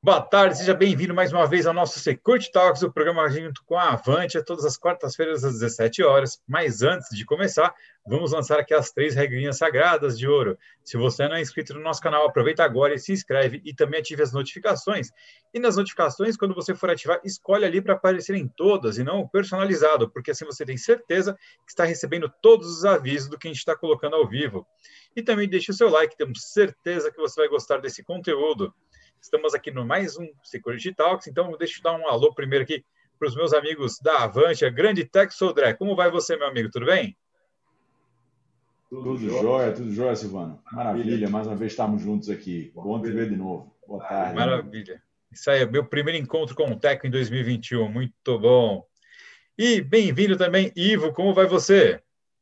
Boa tarde, seja bem-vindo mais uma vez ao nosso Security Talks, o programa junto com a Avante, todas as quartas-feiras às 17 horas. Mas antes de começar, vamos lançar aqui as 3 regrinhas sagradas de ouro. Se você não é inscrito no nosso canal, aproveita agora e se inscreve e também ative as notificações. E nas notificações, quando você for ativar, escolhe ali para aparecerem todas e não personalizado, porque assim você tem certeza que está recebendo todos os avisos do que a gente está colocando ao vivo. E também deixe o seu like, temos certeza que você vai gostar desse conteúdo. Estamos aqui no mais um Security Talks, então deixa eu dar um alô primeiro aqui para os meus amigos da Avante, a grande Tech Sodré. Como vai você, meu amigo? Tudo bem? Tudo jóia, Silvano. Maravilha, mais uma vez estamos juntos aqui. Bom te ver de novo. Boa tarde. Maravilha. Isso aí, é meu primeiro encontro com o Tech em 2021. Muito bom. E bem-vindo também, Ivo. Como vai você?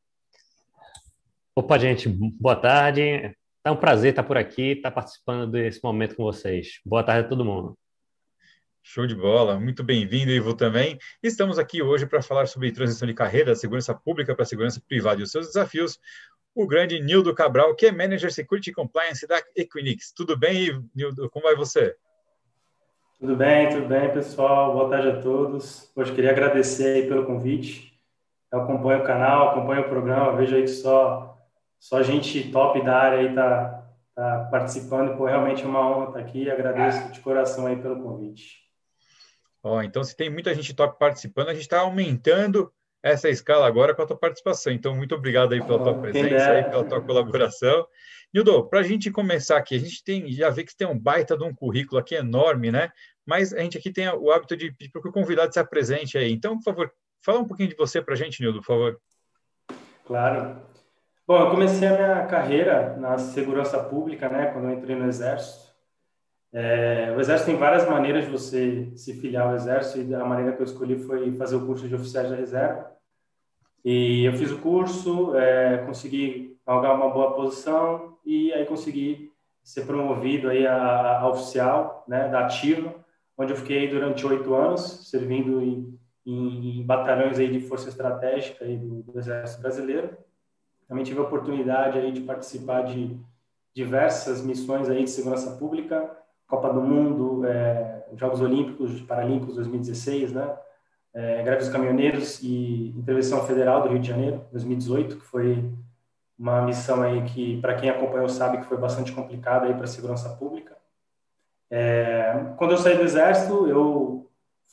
Opa, gente, boa tarde. É um prazer estar por aqui, estar participando desse momento com vocês. Boa tarde a todo mundo. Show de bola, muito bem-vindo, Ivo, também. Estamos aqui hoje para falar sobre transição de carreira, da segurança pública para a segurança privada e os seus desafios. O grande Nildo Cabral, que é Manager Security Compliance da Equinix. Tudo bem, Nildo? Como vai você? Tudo bem, pessoal. Boa tarde a todos. Hoje queria agradecer aí pelo convite. Eu acompanho o canal, acompanho o programa, vejo aí que só gente top da área aí tá participando. Pô, realmente é uma honra estar aqui. Agradeço de coração aí pelo convite. Então, se tem muita gente top participando, a gente está aumentando essa escala agora com a tua participação. Então, muito obrigado aí pela tua presença, aí, pela tua colaboração. Nildo, para a gente começar aqui, a gente já vê que tem um baita de um currículo aqui enorme, né? Mas a gente aqui tem o hábito de pedir para que o convidado se apresente aí. Então, por favor, fala um pouquinho de você para a gente, Nildo, por favor. Claro. Bom, eu comecei a minha carreira na segurança pública, né? Quando eu entrei no Exército. O Exército tem várias maneiras de você se filiar ao Exército e a maneira que eu escolhi foi fazer o curso de oficiais da reserva. E eu fiz o curso, consegui galgar uma boa posição e aí consegui ser promovido aí a oficial, né, da ativa, onde eu fiquei durante 8 anos, servindo em batalhões aí de força estratégica aí do Exército Brasileiro. Também tive a oportunidade aí de participar de diversas missões aí de segurança pública, Copa do Mundo, Jogos Olímpicos, Paralímpicos 2016, né? Greve dos Caminhoneiros e Intervenção Federal do Rio de Janeiro, 2018, que foi uma missão aí que, para quem acompanhou, sabe que foi bastante complicada aí para a segurança pública. Quando eu saí do Exército,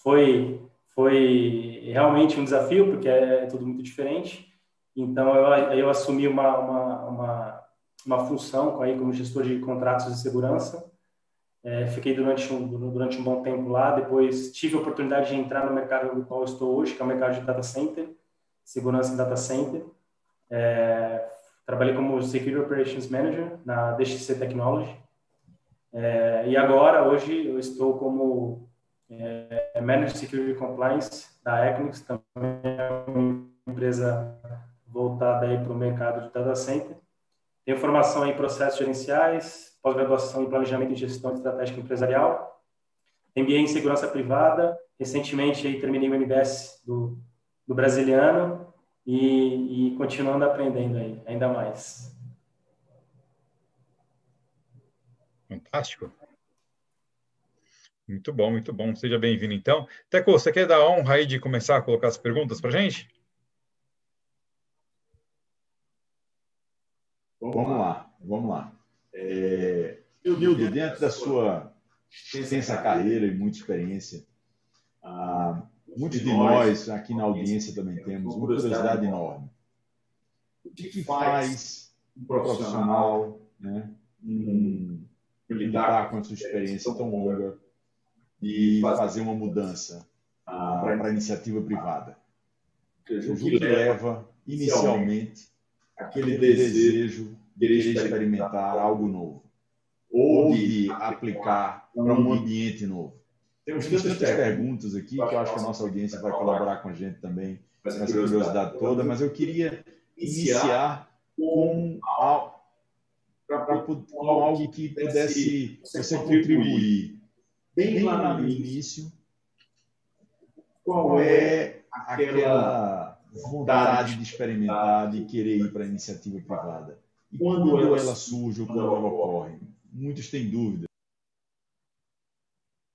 foi realmente um desafio, porque é tudo muito diferente. Então, eu assumi uma função aí como gestor de contratos de segurança. Fiquei durante um bom tempo lá. Depois tive a oportunidade de entrar no mercado no qual eu estou hoje, que é o mercado de data center, segurança em data center. Trabalhei como Security Operations Manager na DXC Technology. E agora, hoje, eu estou como Manager Security Compliance da Equinix, também é uma empresa voltada aí para o mercado de data center. Tenho formação em processos gerenciais, pós-graduação em planejamento e gestão estratégica empresarial, MBA em segurança privada. Recentemente aí terminei o MBS do Brasiliano e continuando aprendendo aí, ainda mais. Fantástico. Muito bom, muito bom. Seja bem-vindo, então. Teco, você quer dar a honra aí de começar a colocar as perguntas para a gente? Vamos lá. Nildo, dentro da sua extensa carreira e muita experiência, muitos de nós aqui na audiência também temos uma curiosidade enorme. O que faz um profissional, né, lidar com a sua experiência tão longa e fazer uma mudança para a iniciativa privada? O que leva, inicialmente, aquele desejo de querer experimentar algo novo ou de aplicar para um ambiente novo? Temos tantas perguntas aqui que eu acho que a nossa audiência vai colaborar com a gente também nessa curiosidade toda, mas eu queria iniciar com algo que pudesse você contribuir bem lá no início. Qual é aquela vontade de experimentar, de querer ir para a iniciativa privada? E quando ela surge ou quando ela ocorre? Muitos têm dúvidas.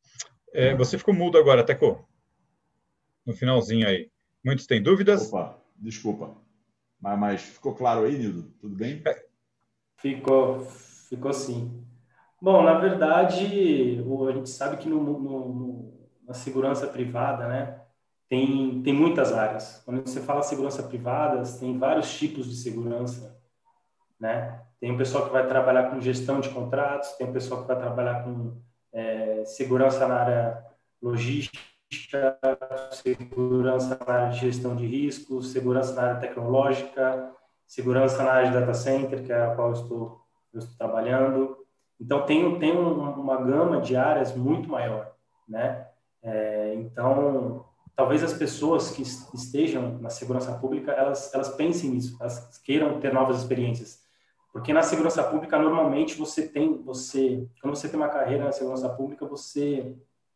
Você ficou mudo agora, Teco, no finalzinho aí. Muitos têm dúvidas? Opa, desculpa. Mas ficou claro aí, Nildo? Tudo bem? Ficou sim. Bom, na verdade, a gente sabe que na segurança privada, né, tem muitas áreas. Quando você fala segurança privada, tem vários tipos de segurança, né? Tem o pessoal que vai trabalhar com gestão de contratos, tem o pessoal que vai trabalhar com segurança na área logística, segurança na área de gestão de riscos, segurança na área tecnológica, segurança na área de data center, que é a qual eu estou trabalhando. Então, tem uma gama de áreas muito maior, né? Então, talvez as pessoas que estejam na segurança pública, elas pensem nisso, elas queiram ter novas experiências. Porque na segurança pública, normalmente, quando você tem uma carreira na segurança pública, você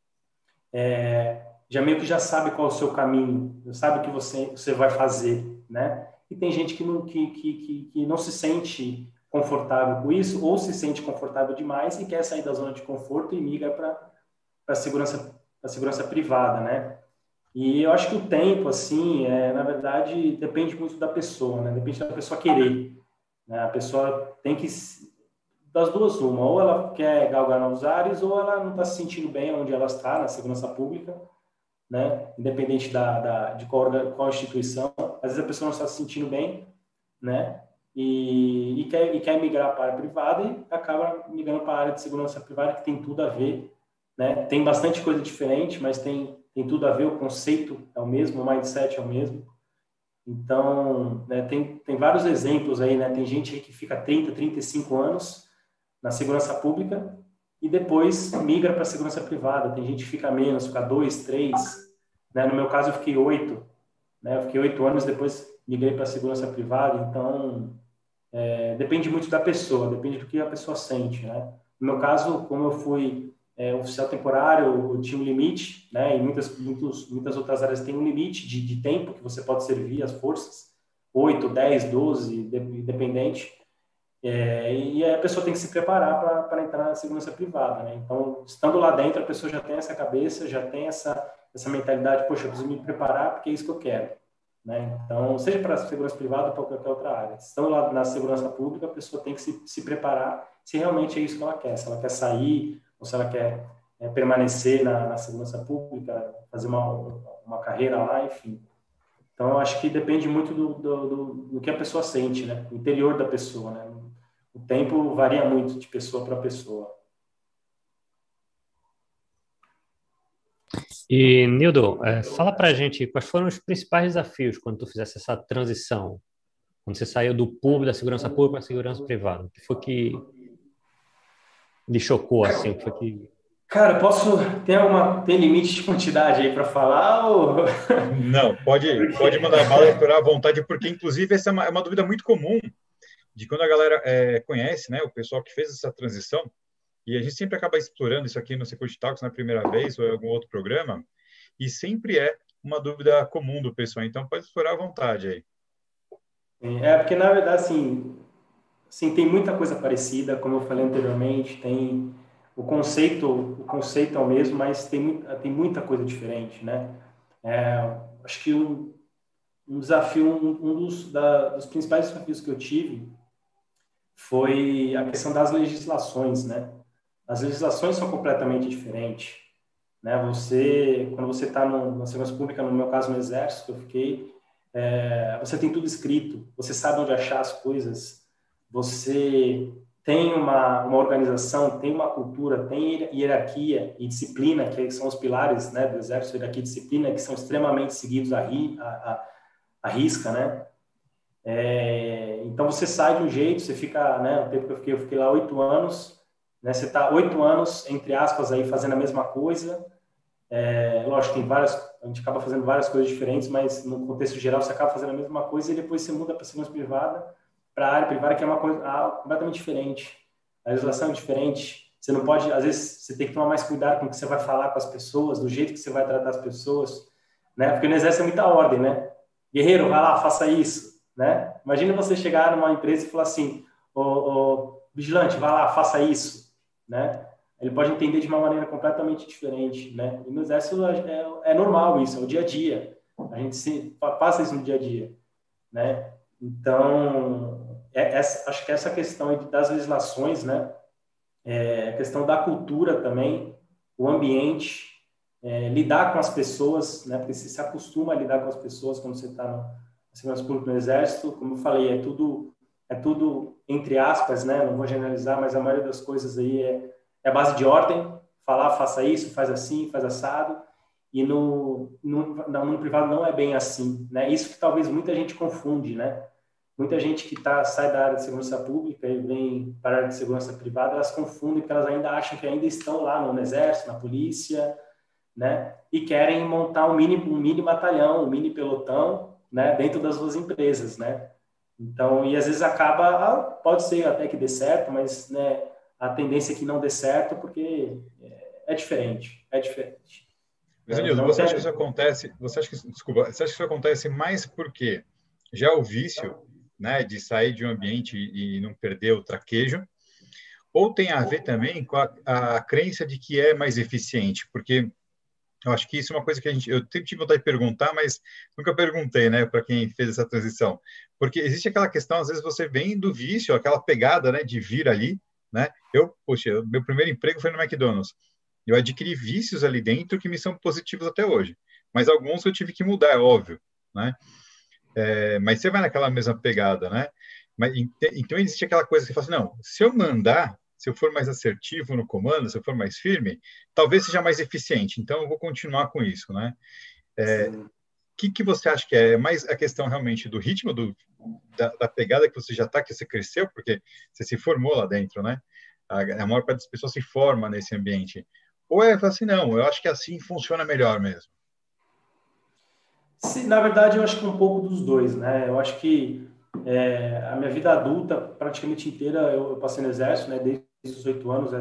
já meio que já sabe qual é o seu caminho, sabe o que você vai fazer, né? E tem gente que não se sente confortável com isso, ou se sente confortável demais e quer sair da zona de conforto e migra para a segurança privada, né? E eu acho que o tempo, assim, na verdade, depende muito da pessoa, né? Depende da pessoa querer, né? A pessoa tem que, das duas, uma, ou ela quer galgar novos ares, ou ela não está se sentindo bem onde ela está, na segurança pública, né? Independente de qual instituição. Às vezes a pessoa não está se sentindo bem, né? E quer migrar para a área privada e acaba migrando para a área de segurança privada, que tem tudo a ver, né? Tem bastante coisa diferente, mas tem tudo a ver, o conceito é o mesmo, o mindset é o mesmo. Então, né, tem vários exemplos aí, né? Tem gente aí que fica 30, 35 anos na segurança pública e depois migra para a segurança privada. Tem gente que fica menos, fica 2, 3, né? No meu caso, eu fiquei 8, né? Eu fiquei 8 anos, depois migrei para a segurança privada. Então, depende muito da pessoa, depende do que a pessoa sente, né? No meu caso, como eu fui oficial temporário, eu tinha um limite, né? E muitas outras áreas têm um limite de tempo que você pode servir as forças, 8, 10, 12, independente. E a pessoa tem que se preparar para entrar na segurança privada, né? Então, estando lá dentro, a pessoa já tem essa cabeça, já tem essa mentalidade, poxa, eu preciso me preparar porque é isso que eu quero, né? Então, seja para a segurança privada ou para qualquer outra área. Estando lá na segurança pública, a pessoa tem que se preparar se realmente é isso que ela quer, se ela quer sair ou se ela quer permanecer na segurança pública, fazer uma carreira lá, enfim. Então, eu acho que depende muito do que a pessoa sente, né? O interior da pessoa, né? O tempo varia muito de pessoa para pessoa. E, Nildo, fala pra gente quais foram os principais desafios quando tu fizesse essa transição, quando você saiu da segurança pública para a segurança privada. O que foi que lhe chocou, assim? O que foi que... Cara, tem limite de quantidade aí para falar? Ou... Não, pode mandar bala e explorar à vontade, porque, inclusive, essa é uma dúvida muito comum de quando a galera conhece, né, o pessoal que fez essa transição, e a gente sempre acaba explorando isso aqui no Security Talks na primeira vez ou em algum outro programa, e sempre é uma dúvida comum do pessoal, então pode explorar à vontade aí. Porque, na verdade, assim, tem muita coisa parecida, como eu falei anteriormente, tem o conceito é o mesmo, mas tem muita coisa diferente, né? Acho que um desafio, dos principais desafios que eu tive foi a questão das legislações, né? As legislações são completamente diferentes, né? Quando você está na segurança pública, no meu caso no Exército, eu fiquei, você tem tudo escrito, você sabe onde achar as coisas, você tem uma organização, tem uma cultura, tem hierarquia e disciplina, que são os pilares, né, do Exército, hierarquia e disciplina, que são extremamente seguidos à risca, né? Então você sai de um jeito, você fica, né, o tempo que eu fiquei lá 8 anos, né, você está 8 anos, entre aspas, aí fazendo a mesma coisa. Lógico, a gente acaba fazendo várias coisas diferentes, mas no contexto geral você acaba fazendo a mesma coisa e depois você muda para a segurança privada, para a área privada, que é uma coisa completamente diferente. A legislação é diferente. Você não pode, às vezes, você tem que tomar mais cuidado com o que você vai falar com as pessoas, do jeito que você vai tratar as pessoas, né? Porque no Exército é muita ordem, né? Guerreiro, vai lá, faça isso, né? Imagina você chegar numa empresa e falar assim, vigilante, vai lá, faça isso, né? ele pode entender de uma maneira completamente diferente, né? E no Exército é normal isso, é o dia a dia. A gente passa isso no dia a dia, né? Então, acho que essa questão das legislações, né? A questão da cultura também, o ambiente, lidar com as pessoas, né? Porque você se acostuma a lidar com as pessoas quando você está na segurança pública no Exército. Como eu falei, é tudo entre aspas, né? Não vou generalizar, mas a maioria das coisas aí é a base de ordem, falar, faça isso, faz assim, faz assado, e no mundo privado não é bem assim, né? Isso que talvez muita gente confunde, né? Muita gente que sai da área de segurança pública e vem para a área de segurança privada, elas confundem porque elas ainda acham que ainda estão lá no Exército, na polícia, né? E querem montar um mini batalhão, um mini pelotão, né? Dentro das duas empresas, né? Então, e às vezes pode ser até que dê certo, mas, né, a tendência é que não dê certo porque é diferente, é diferente. Mas, Nilson, você acha que isso acontece? Desculpa, você acha que isso acontece mais porque já o vício, né, de sair de um ambiente e não perder o traquejo, ou tem a ver também com a crença de que é mais eficiente? Porque eu acho que isso é uma coisa que eu sempre tive vontade de perguntar, mas nunca perguntei, né, para quem fez essa transição. Porque existe aquela questão, às vezes você vem do vício, aquela pegada, né, de vir ali, né? Poxa, meu primeiro emprego foi no McDonald's. Eu adquiri vícios ali dentro que me são positivos até hoje. Mas alguns eu tive que mudar, é óbvio, né? Mas você vai naquela mesma pegada, né? Então existe aquela coisa que você fala assim, não, se eu mandar, se eu for mais assertivo no comando, se eu for mais firme, talvez seja mais eficiente. Então eu vou continuar com isso, né? Que você acha que é mais a questão realmente do ritmo, da pegada que você já está, que você cresceu, porque você se formou lá dentro, né? A maior parte das pessoas se forma nesse ambiente. Ou assim, não, eu acho que assim funciona melhor mesmo. Sim, na verdade, eu acho que um pouco dos dois, né? Eu acho que a minha vida adulta, praticamente inteira, eu passei no Exército, né? Desde os 8 anos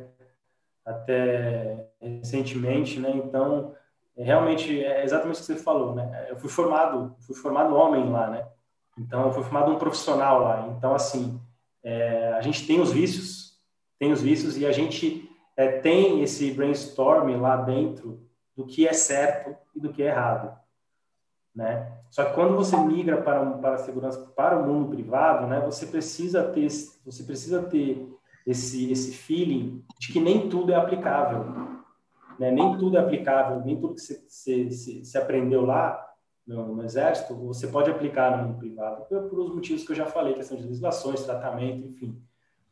até recentemente, né? Então, realmente, é exatamente o que você falou, né? Eu fui formado homem lá, né? Então, eu fui formado um profissional lá. Então, assim, a gente tem os vícios e a gente tem esse brainstorming lá dentro do que é certo e do que é errado, né? Só que quando você migra para a segurança, para o mundo privado, né? Você precisa ter esse feeling de que nem tudo é aplicável, né? Nem tudo é aplicável, nem tudo que você aprendeu lá no Exército, você pode aplicar no mundo privado, por os motivos que eu já falei, questão de legislações, tratamento, enfim.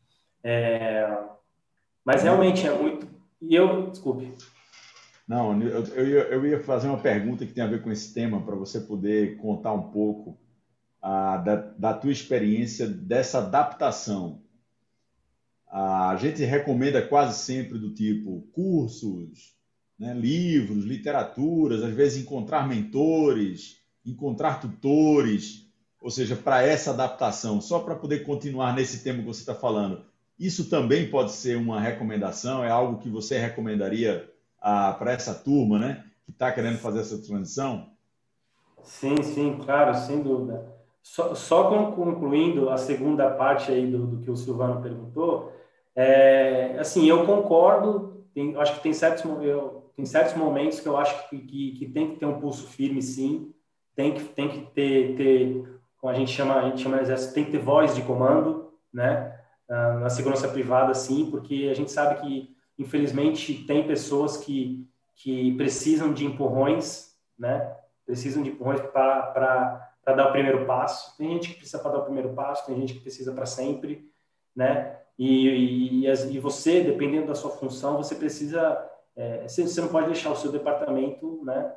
Mas realmente é muito... Desculpe. Não, eu ia fazer uma pergunta que tem a ver com esse tema, para você poder contar um pouco da tua experiência dessa adaptação. A gente recomenda quase sempre do tipo cursos, né, livros, literaturas, às vezes encontrar mentores, encontrar tutores, ou seja, para essa adaptação, só para poder continuar nesse tema que você está falando. Isso também pode ser uma recomendação, é algo que você recomendaria para essa turma, né, que está querendo fazer essa transição? Sim, claro, sem dúvida. Só concluindo a segunda parte aí do que o Silvano perguntou, assim, eu concordo, acho que tem certos momentos que eu acho que tem que ter um pulso firme, sim, tem que ter como a gente chama no Exército, tem que ter voz de comando, né? Na segurança privada, sim, porque a gente sabe que, infelizmente, tem pessoas que precisam de empurrões, né? Precisam de empurrões para dar o primeiro passo. Tem gente que precisa para dar o primeiro passo, tem gente que precisa para sempre, né? E você, dependendo da sua função, você precisa... você não pode deixar o seu departamento, né,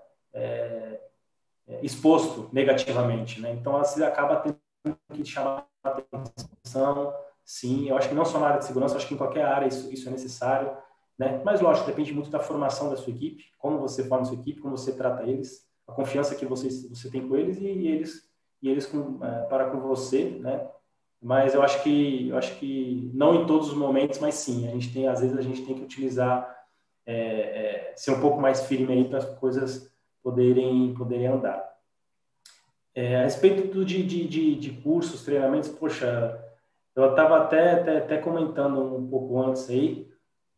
exposto negativamente, né? Então, você acaba tendo que chamar a atenção, sim. Eu acho que não só na área de segurança, acho que em qualquer área isso é necessário, né? Mas, lógico, depende muito da formação da sua equipe, como você forma a sua equipe, como você trata eles, a confiança que você tem com eles e eles para com você, né? Mas eu acho que não em todos os momentos, mas sim, às vezes a gente tem que utilizar, ser um pouco mais firme aí para as coisas poderem andar. A respeito de cursos, treinamentos, poxa, eu estava até comentando um pouco antes aí,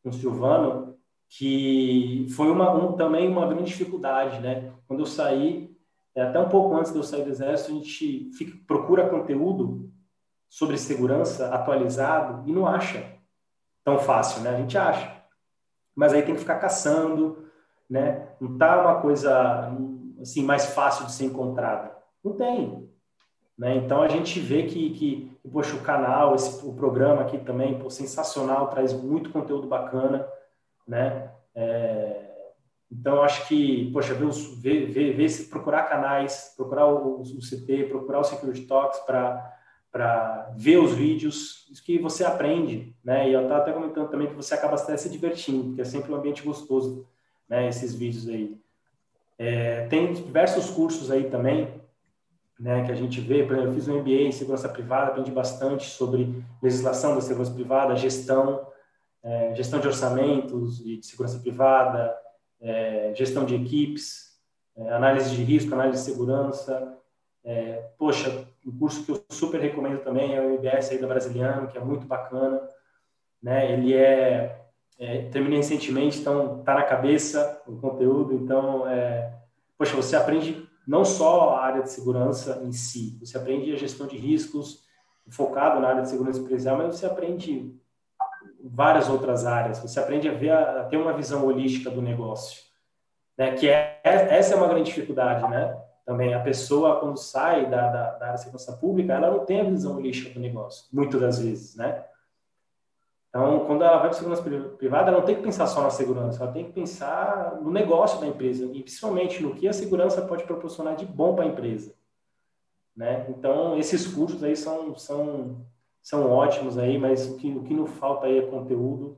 com o Silvano, que foi também uma grande dificuldade, né? Quando eu saí, até um pouco antes de eu sair do Exército, a gente procura conteúdo sobre segurança atualizado e não acha tão fácil, né? A gente acha, mas aí tem que ficar caçando, né? Não tá uma coisa assim mais fácil de ser encontrada. Não tem, né? Então a gente vê que poxa, o canal, o programa aqui também, pô, sensacional, traz muito conteúdo bacana, né? Então eu acho que, poxa, procurar canais, procurar o CT, procurar o Security Talks para ver os vídeos, isso que você aprende, né? E eu estava até comentando também que você acaba até se divertindo, porque é sempre um ambiente gostoso, né? Esses vídeos aí. Tem diversos cursos aí também, né? Que a gente vê, por exemplo, eu fiz um MBA em segurança privada, aprendi bastante sobre legislação da segurança privada, gestão de orçamentos e de segurança privada, gestão de equipes, análise de risco, análise de segurança. Poxa, um curso que eu super recomendo também é o MBS aí da Brasiliano, que é muito bacana, né? Ele terminei recentemente, então tá na cabeça o conteúdo, então poxa, você aprende não só a área de segurança em si, você aprende a gestão de riscos focado na área de segurança empresarial, mas você aprende várias outras áreas, você aprende a ter uma visão holística do negócio, né? Que essa é uma grande dificuldade, né? Também a pessoa, quando sai da área de segurança pública, ela não tem a visão holística do negócio, muitas das vezes, né? Então, quando ela vai para a segurança privada, ela não tem que pensar só na segurança, ela tem que pensar no negócio da empresa e principalmente no que a segurança pode proporcionar de bom para a empresa, né? Então, esses cursos aí são ótimos aí, mas o que não falta aí é conteúdo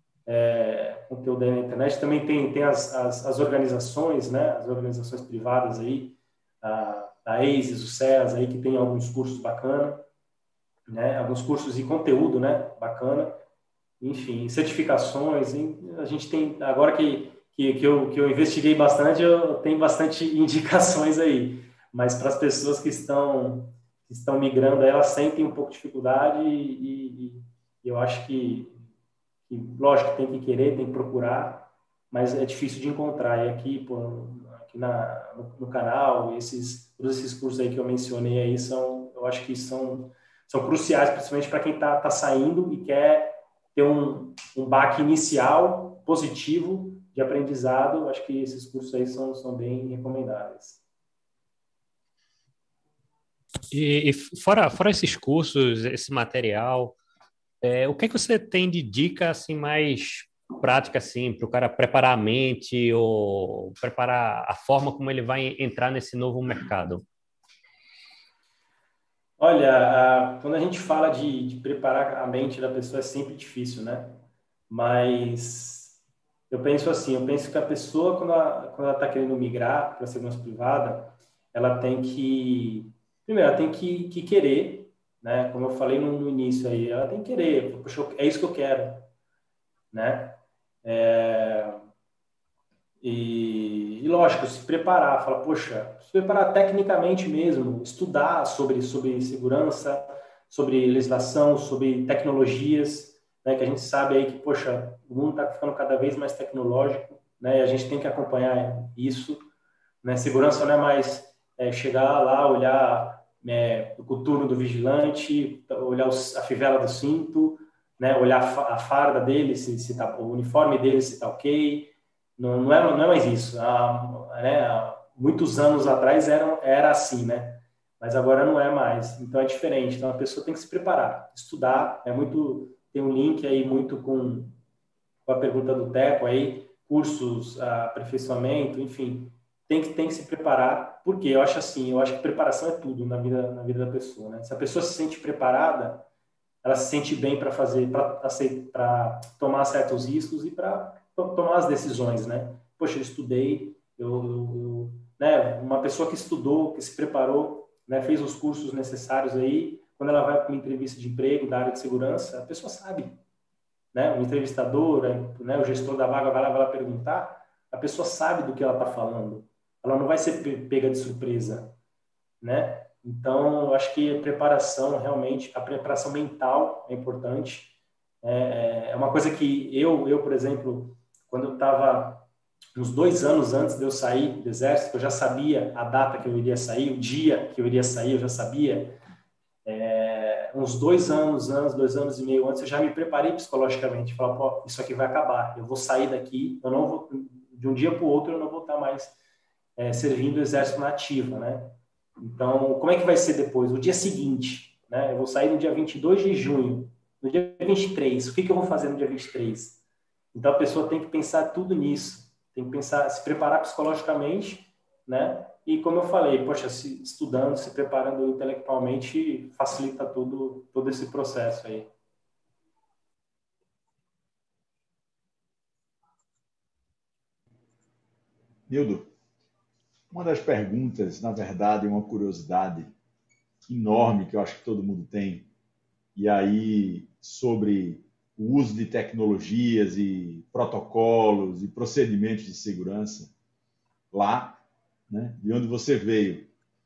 aí na internet. Também tem as organizações, né? As organizações privadas aí, a ASIS, o SES aí, que tem alguns cursos bacana, né? Alguns cursos e conteúdo, né? Bacana. Enfim, certificações. A gente tem, agora que eu investiguei bastante, eu tenho bastante indicações aí. Mas para as pessoas que estão migrando, elas sentem um pouco de dificuldade e eu acho que, lógico, tem que querer, tem que procurar, mas é difícil de encontrar. E aqui, pô, aqui no canal, todos esses cursos aí que eu mencionei aí eu acho que são cruciais, principalmente para quem está saindo e quer ter um baque inicial positivo de aprendizado. Acho que esses cursos aí são bem recomendáveis. E fora esses cursos, esse material, o que é que você tem de dica assim mais prática assim para o cara preparar a mente ou preparar a forma como ele vai entrar nesse novo mercado? Olha, quando a gente fala de preparar a mente da pessoa é sempre difícil, né? Mas eu penso que a pessoa, quando ela está querendo migrar para a segurança privada, ela tem que, primeiro, ela tem que querer, né? Como eu falei no início aí, ela tem que querer, poxa, é isso que eu quero, né? E lógico, se preparar, falar, poxa, se preparar tecnicamente mesmo, estudar sobre segurança, sobre legislação, sobre tecnologias, né, que a gente sabe aí que, poxa, o mundo está ficando cada vez mais tecnológico, né, e a gente tem que acompanhar isso, né, segurança não é mais chegar lá, olhar o coturno do vigilante, olhar a fivela do cinto, né, olhar a farda dele, se tá, o uniforme dele se está ok. Não é mais isso. Há muitos anos atrás era assim, né? Mas agora não é mais. Então é diferente. Então a pessoa tem que se preparar, estudar. Tem um link aí muito com a pergunta do Teco aí, cursos, aperfeiçoamento, enfim. Tem que se preparar. Porque eu acho que preparação é tudo na vida da pessoa, né? Se a pessoa se sente preparada, ela se sente bem para tomar certos riscos e para tomar as decisões, né? Poxa, eu estudei, né? Uma pessoa que estudou, que se preparou, né? Fez os cursos necessários aí, quando ela vai para uma entrevista de emprego da área de segurança, a pessoa sabe, né? O entrevistador, né? O gestor da vaga vai lá perguntar, a pessoa sabe do que ela está falando. Ela não vai ser pega de surpresa, né? Então, eu acho que a preparação mental é importante, É uma coisa que por exemplo, quando eu estava uns 2 anos antes de eu sair do Exército, eu já sabia a data que eu iria sair, o dia que eu iria sair, eu já sabia. Uns 2 anos, 2 anos e meio antes, eu já me preparei psicologicamente. Falar, pô, isso aqui vai acabar, eu vou sair daqui, eu não vou, de um dia para o outro, eu não vou estar mais servindo o Exército na ativa, né? Então, como é que vai ser depois? O dia seguinte, né? Eu vou sair no dia 22 de junho, no dia 23, o que eu vou fazer no dia 23? Então, a pessoa tem que pensar tudo nisso, tem que pensar, se preparar psicologicamente, né? E como eu falei, poxa, estudando, se preparando intelectualmente, facilita todo esse processo aí. Nildo, uma das perguntas, na verdade, é uma curiosidade enorme que eu acho que todo mundo tem, e aí sobre o uso de tecnologias e protocolos e procedimentos de segurança lá, né, de onde você veio.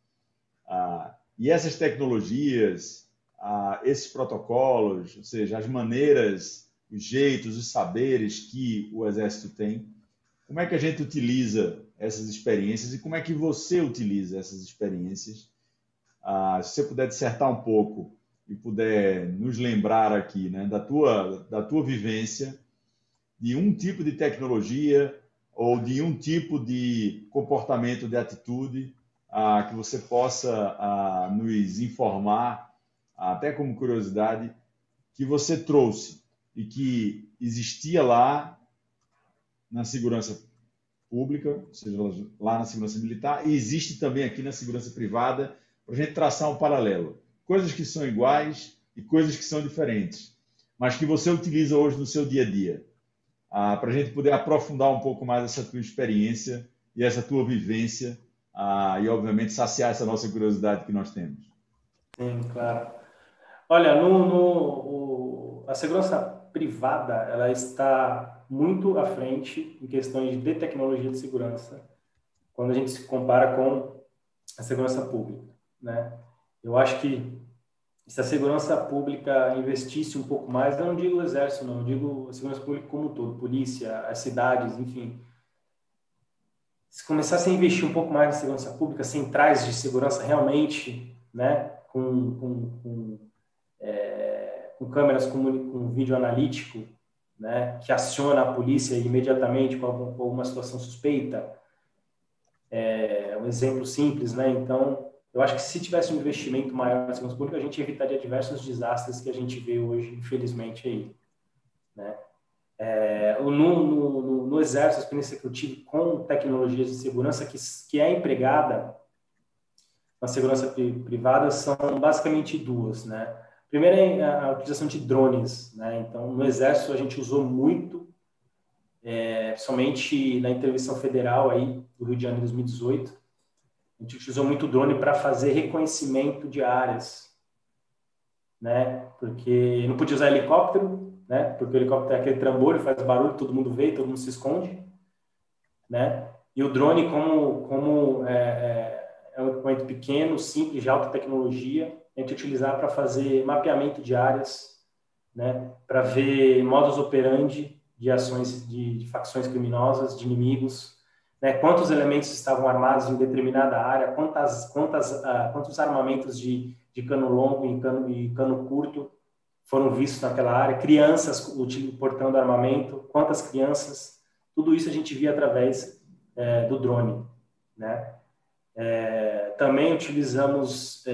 E essas tecnologias, esses protocolos, ou seja, as maneiras, os jeitos, os saberes que o Exército tem, como é que a gente utiliza essas experiências e como é que você utiliza essas experiências? Se você puder dissertar um pouco e puder nos lembrar aqui, né, da tua vivência de um tipo de tecnologia ou de um tipo de comportamento, de atitude, que você possa nos informar, até como curiosidade, que você trouxe e que existia lá na segurança pública, ou seja, lá na segurança militar, e existe também aqui na segurança privada, para a gente traçar um paralelo. Coisas que são iguais e coisas que são diferentes, mas que você utiliza hoje no seu dia a dia, para a gente poder aprofundar um pouco mais essa tua experiência e essa tua vivência, e, obviamente, saciar essa nossa curiosidade que nós temos. Sim, claro. Olha, a segurança privada, ela está muito à frente em questões de tecnologia de segurança, quando a gente se compara com a segurança pública, né? Eu acho que se a segurança pública investisse um pouco mais, eu não digo o Exército, não, eu digo a segurança pública como um todo, polícia, as cidades, enfim. Se começasse a investir um pouco mais na segurança pública, centrais de segurança realmente, né, com câmeras com vídeo analítico, né, que aciona a polícia imediatamente com alguma situação suspeita, um exemplo simples, né? Então, eu acho que se tivesse um investimento maior na segurança pública, a gente evitaria diversos desastres que a gente vê hoje, infelizmente, aí, né? No Exército, a experiência que eu tive com tecnologias de segurança que é empregada na segurança privada são basicamente duas, né? Primeiro é a utilização de drones, né? Então, no Exército, a gente usou muito, somente na intervenção federal aí do Rio de Janeiro 2018, a gente utilizou muito drone para fazer reconhecimento de áreas, né? Porque não podia usar helicóptero, né? Porque o helicóptero é aquele trambolho, faz barulho, todo mundo vê, todo mundo se esconde, né? E o drone, como é um equipamento pequeno, simples, de alta tecnologia, a gente utilizava para fazer mapeamento de áreas, né? Para ver modus operandi de ações de facções criminosas, de inimigos, né? Quantos elementos estavam armados em determinada área, quantos armamentos de cano longo e cano curto foram vistos naquela área, crianças portando armamento, quantas crianças, tudo isso a gente via através do drone, né? Também utilizávamos,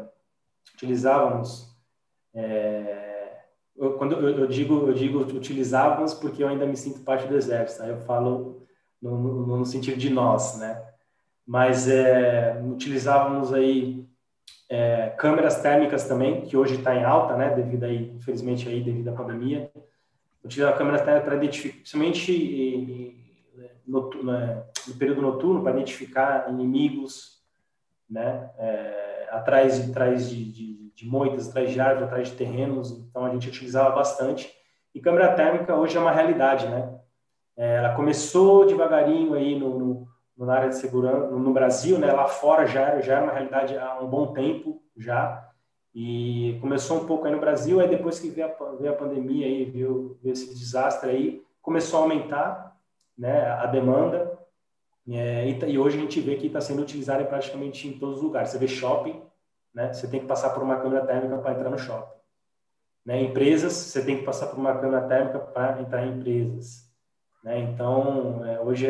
quando eu digo utilizávamos porque eu ainda me sinto parte do Exército, aí eu falo no sentido de nós, né? Mas utilizávamos aí câmeras térmicas também, que hoje está em alta, né? Infelizmente devido à pandemia. Utilizava câmeras térmicas para identificar, principalmente no período noturno, para identificar inimigos, né? Atrás de moitas, atrás de árvores, atrás de terrenos. Então a gente utilizava bastante. E câmera térmica hoje é uma realidade, né? Ela começou devagarinho aí na área de segurança no Brasil, né? Lá fora já é uma realidade há um bom tempo já. E começou um pouco aí no Brasil, aí depois que veio a pandemia, aí, veio esse desastre aí, começou a aumentar, né, a demanda, e hoje a gente vê que está sendo utilizado praticamente em todos os lugares. Você vê shopping, né, você tem que passar por uma câmera térmica para entrar no shopping. Né, empresas, você tem que passar por uma câmera térmica para entrar em empresas. Né? Então, hoje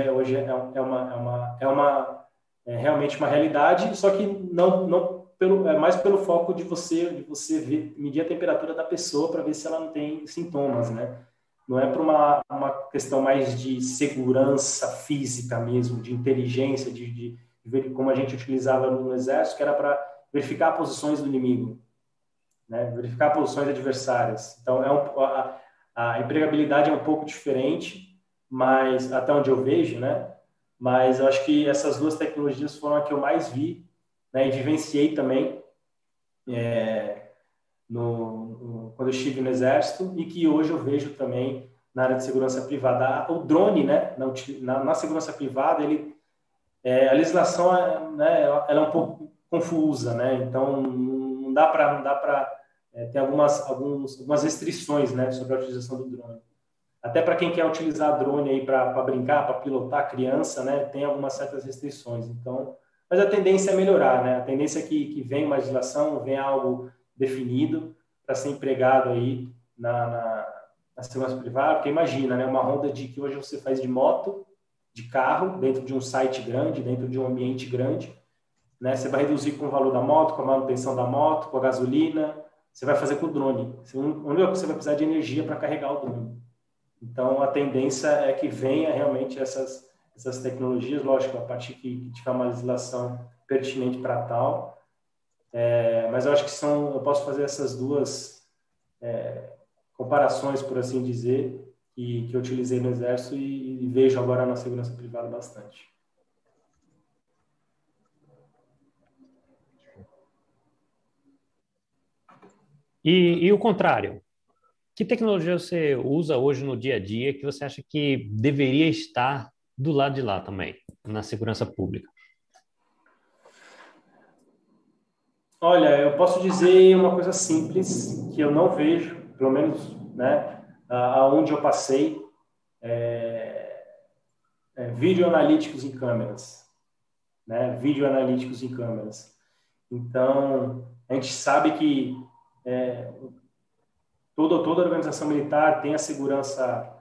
é realmente uma realidade, só que não mais pelo foco de você medir a temperatura da pessoa para ver se ela não tem sintomas, né? Não é para uma questão mais de segurança física mesmo, de inteligência, de ver como a gente utilizava no exército, que era para verificar posições do inimigo, né? Verificar posições adversárias. Então, a empregabilidade é um pouco diferente, mas até onde eu vejo, né? Mas eu acho que essas duas tecnologias foram a que eu mais vi, né? E vivenciei também quando eu estive no Exército, e que hoje eu vejo também na área de segurança privada. O drone, né? Na segurança privada, a legislação, né? Ela é um pouco confusa, né? Então não dá para tem algumas restrições, né? Sobre a utilização do drone. Até para quem quer utilizar drone aí para brincar, para pilotar criança, né, tem algumas certas restrições. Então, mas a tendência é melhorar, né? A tendência é que venha uma legislação, venha algo definido para ser empregado aí na segurança privada. Porque imagina, né, uma Honda que hoje você faz de moto, de carro, dentro de um site grande, dentro de um ambiente grande, né? Você vai reduzir com o valor da moto, com a manutenção da moto, com a gasolina. Você vai fazer com o drone. Você vai precisar de energia para carregar o drone. Então, a tendência é que venha realmente essas tecnologias, lógico, a partir que tiver uma legislação pertinente para tal. Mas eu acho que eu posso fazer essas duas comparações, por assim dizer, que eu utilizei no Exército e vejo agora na segurança privada bastante. E o contrário? Que tecnologia você usa hoje no dia a dia que você acha que deveria estar do lado de lá também, na segurança pública? Olha, eu posso dizer uma coisa simples que eu não vejo, pelo menos, né, aonde eu passei, vídeo analíticos em câmeras, né, vídeo analíticos em câmeras. Então, a gente sabe que toda organização militar tem a segurança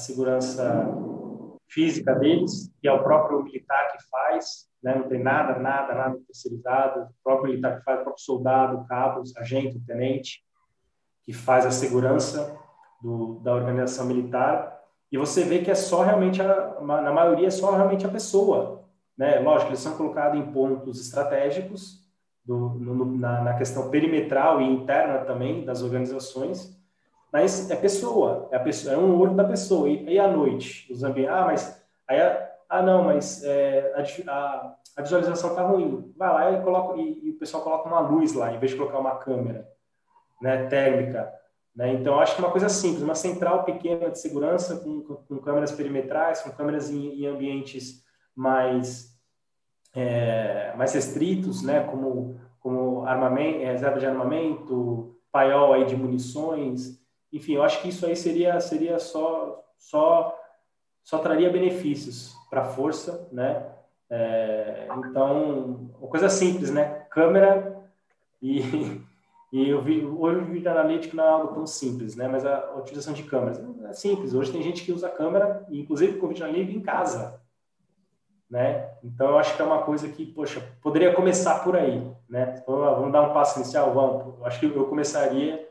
física deles, que é o próprio militar que faz, né? Não tem nada terceirizado, o próprio militar que faz, o próprio soldado, cabo, sargento, tenente, que faz a segurança da organização militar. E você vê que é só realmente, na maioria, é só realmente a pessoa, né? Lógico, eles são colocados em pontos estratégicos, na questão perimetral e interna também das organizações, mas é pessoa, é um olho da pessoa. E à noite, os ambientes, mas a visualização está ruim. Vai lá e o pessoal coloca uma luz lá, em vez de colocar uma câmera, né, térmica. Né? Então, acho que é uma coisa simples, uma central pequena de segurança com câmeras perimetrais, com câmeras em ambientes mais restritos, né, como armamento, reserva de armamento, paiol aí de munições. Enfim, eu acho que isso aí seria só traria benefícios para a força, né? Então, uma coisa simples, né? Câmera hoje o vídeo analítico não é algo tão simples, né? Mas a utilização de câmeras é simples. Hoje tem gente que usa câmera, inclusive com vídeo analítico em casa, né? Então, eu acho que é uma coisa que, poxa, poderia começar por aí, né? Então, vamos dar um passo inicial? Vamos. Eu acho que eu começaria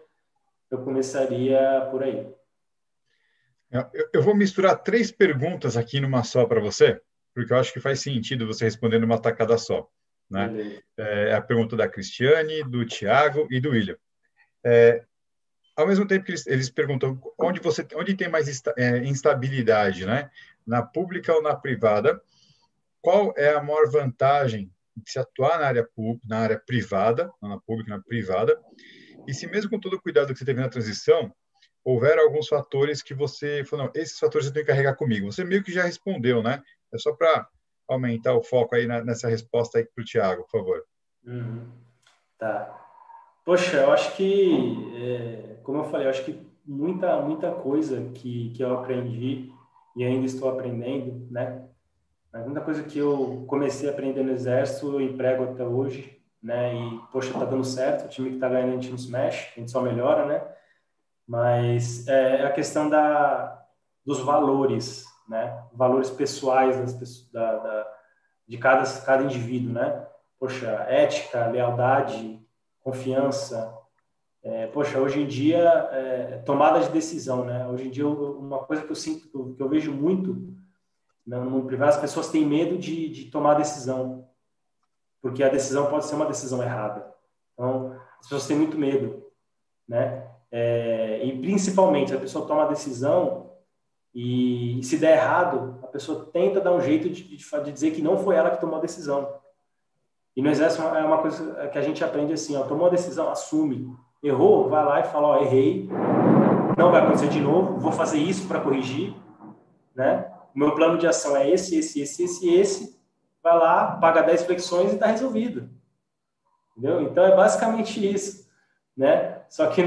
por aí. Eu vou misturar 3 perguntas aqui numa só para você, porque eu acho que faz sentido você responder numa tacada só. Né? É a pergunta da Cristiane, do Tiago e do William. Ao mesmo tempo que eles perguntam onde tem mais instabilidade, né? Na pública ou na privada, qual é a maior vantagem de se atuar na área pública, na área privada, não na pública, na privada, e se mesmo com todo o cuidado que você teve na transição, houver alguns fatores que você falou, não, esses fatores eu tenho que carregar comigo. Você meio que já respondeu, né? É só para aumentar o foco aí nessa resposta aí para o Thiago, por favor. Tá. Poxa, eu acho que, como eu falei, eu acho que muita coisa que eu aprendi e ainda estou aprendendo, né? Mas muita coisa que eu comecei a aprender no Exército eu emprego até hoje, né? E, poxa, tá dando certo, o time que tá ganhando a gente não se mexe, a gente só melhora, né? Mas é a questão dos valores, né? Valores pessoais das pessoas, de cada indivíduo, né? Poxa, ética, lealdade, confiança. Poxa, hoje em dia, tomada de decisão, né? Hoje em dia, uma coisa que eu sinto, que eu vejo muito no privado, as pessoas têm medo de tomar decisão, porque a decisão pode ser uma decisão errada. Então, as pessoas têm muito medo, né? E principalmente, a pessoa toma a decisão e se der errado, a pessoa tenta dar um jeito de dizer que não foi ela que tomou a decisão. E no Exército é uma coisa que a gente aprende assim, ó, tomou a decisão, assume. Errou, vai lá e fala, ó, errei, não vai acontecer de novo, vou fazer isso para corrigir, né? O meu plano de ação é esse. Vai lá, paga 10 flexões e está resolvido. Entendeu? Então, é basicamente isso, né? Só que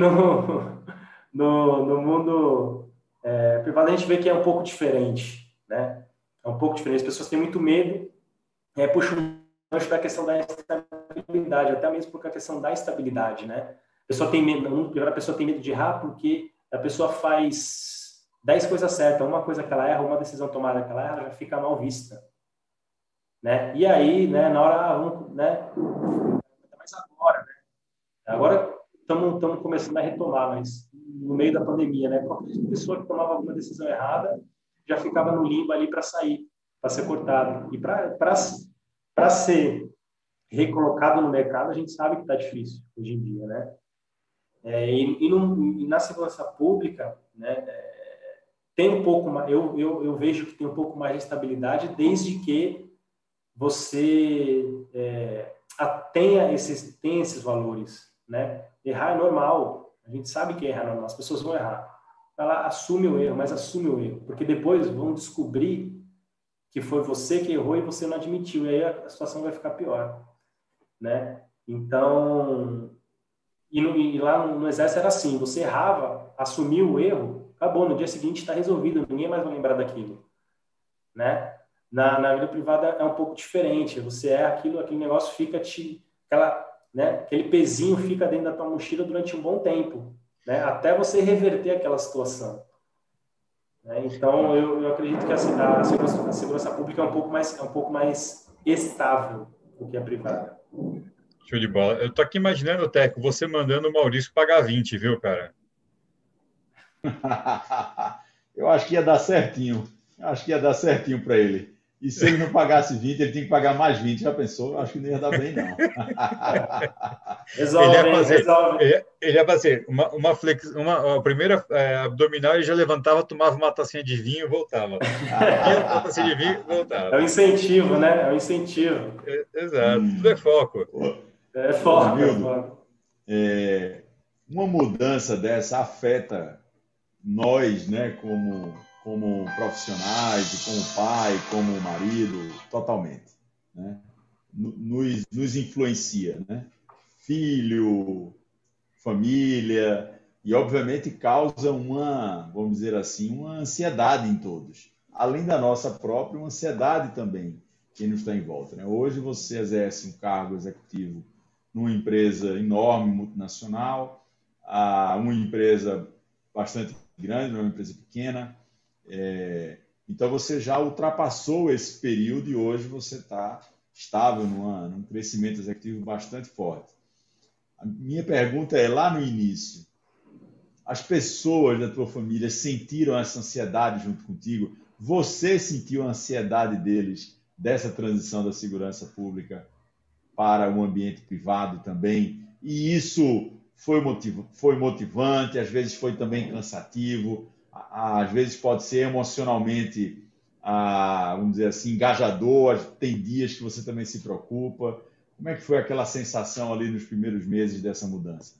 no mundo privado, a gente vê que é um pouco diferente, né? É um pouco diferente. As pessoas têm muito medo, puxa um gancho da questão da estabilidade, até mesmo por a questão da estabilidade, né? A pessoa tem medo de errar porque a pessoa faz 10 coisas certas, uma coisa que ela erra, uma decisão tomada que ela erra, já fica mal vista, né? E aí, né, na hora, né, mas agora, né? Agora estamos começando a retomar, mas no meio da pandemia, né? Qualquer pessoa que tomava alguma decisão errada já ficava no limbo ali para sair, para ser cortado. E para ser recolocado no mercado, a gente sabe que está difícil hoje em dia, né? E na segurança pública, né, tem um pouco mais, eu vejo que tem um pouco mais de estabilidade desde que você tenha esses valores, né? Errar é normal, a gente sabe que errar é normal, as pessoas vão errar. Ela assume o erro, mas assume o erro, porque depois vão descobrir que foi você que errou e você não admitiu, e aí a situação vai ficar pior, né? Então, e lá no Exército era assim, você errava, assumiu o erro, acabou, no dia seguinte está resolvido, ninguém mais vai lembrar daquilo, né? Na vida privada é um pouco diferente, você aquele negócio fica aquele pezinho fica dentro da tua mochila durante um bom tempo, né? Até você reverter aquela situação. Né? Então, eu acredito que a segurança pública é um pouco mais estável do que a privada. Show de bola. Eu tô aqui imaginando, Teco, você mandando o Maurício pagar 20, viu, cara? Eu acho que ia dar certinho. Eu acho que ia dar certinho para ele. E se ele não pagasse 20, ele tinha que pagar mais 20. Já pensou? Eu acho que não ia dar bem, não. Ele ia fazer uma primeira abdominal, ele já levantava, tomava uma tacinha de vinho e voltava. Uma tacinha de vinho e voltava. É um incentivo, né? É um incentivo. Exato. Tudo é foco. É foco. Uma mudança dessa afeta nós, né, como profissionais, como pai, como marido, totalmente, né? Nos influencia, né? Filho, família, e obviamente causa vamos dizer assim, uma ansiedade em todos. Além da nossa própria, uma ansiedade também que nos está em volta, né? Hoje você exerce um cargo executivo numa empresa enorme, multinacional, uma empresa bastante grande, não é uma empresa pequena. Então você já ultrapassou esse período e hoje você está estável num crescimento executivo bastante forte. A minha pergunta é, lá no início, as pessoas da tua família sentiram essa ansiedade junto contigo? Você sentiu a ansiedade deles dessa transição da segurança pública para o ambiente privado também? E isso foi motivante, às vezes foi também cansativo, às vezes pode ser emocionalmente, vamos dizer assim, engajador, tem dias que você também se preocupa. Como é que foi aquela sensação ali nos primeiros meses dessa mudança?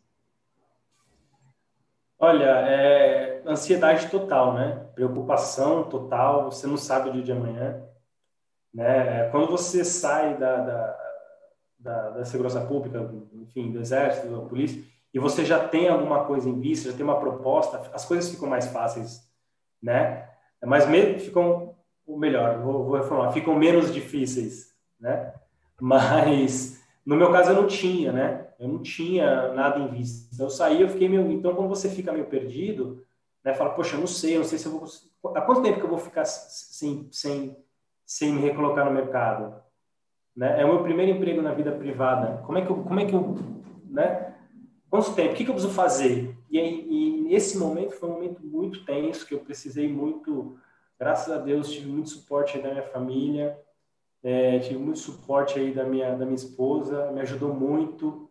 Olha, ansiedade total, né? Preocupação total, você não sabe o dia de amanhã, né? Quando você sai da segurança pública, enfim, do exército, da polícia, e você já tem alguma coisa em vista, já tem uma proposta, as coisas ficam mais fáceis, né? Mas ficam, ou melhor, vou reformular, ficam menos difíceis, né? Mas no meu caso eu não tinha, né? Eu não tinha nada em vista. Então, eu saí, eu fiquei meio... Então, quando você fica meio perdido, né? Fala, poxa, eu não sei se eu vou... Há quanto tempo que eu vou ficar sem me recolocar no mercado? Né? É o meu primeiro emprego na vida privada. Como é que eu, né? Quanto tempo? O que eu preciso fazer? E esse momento foi um momento muito tenso, que eu precisei muito, graças a Deus, tive muito suporte aí da minha família, tive muito suporte aí da minha esposa, me ajudou muito.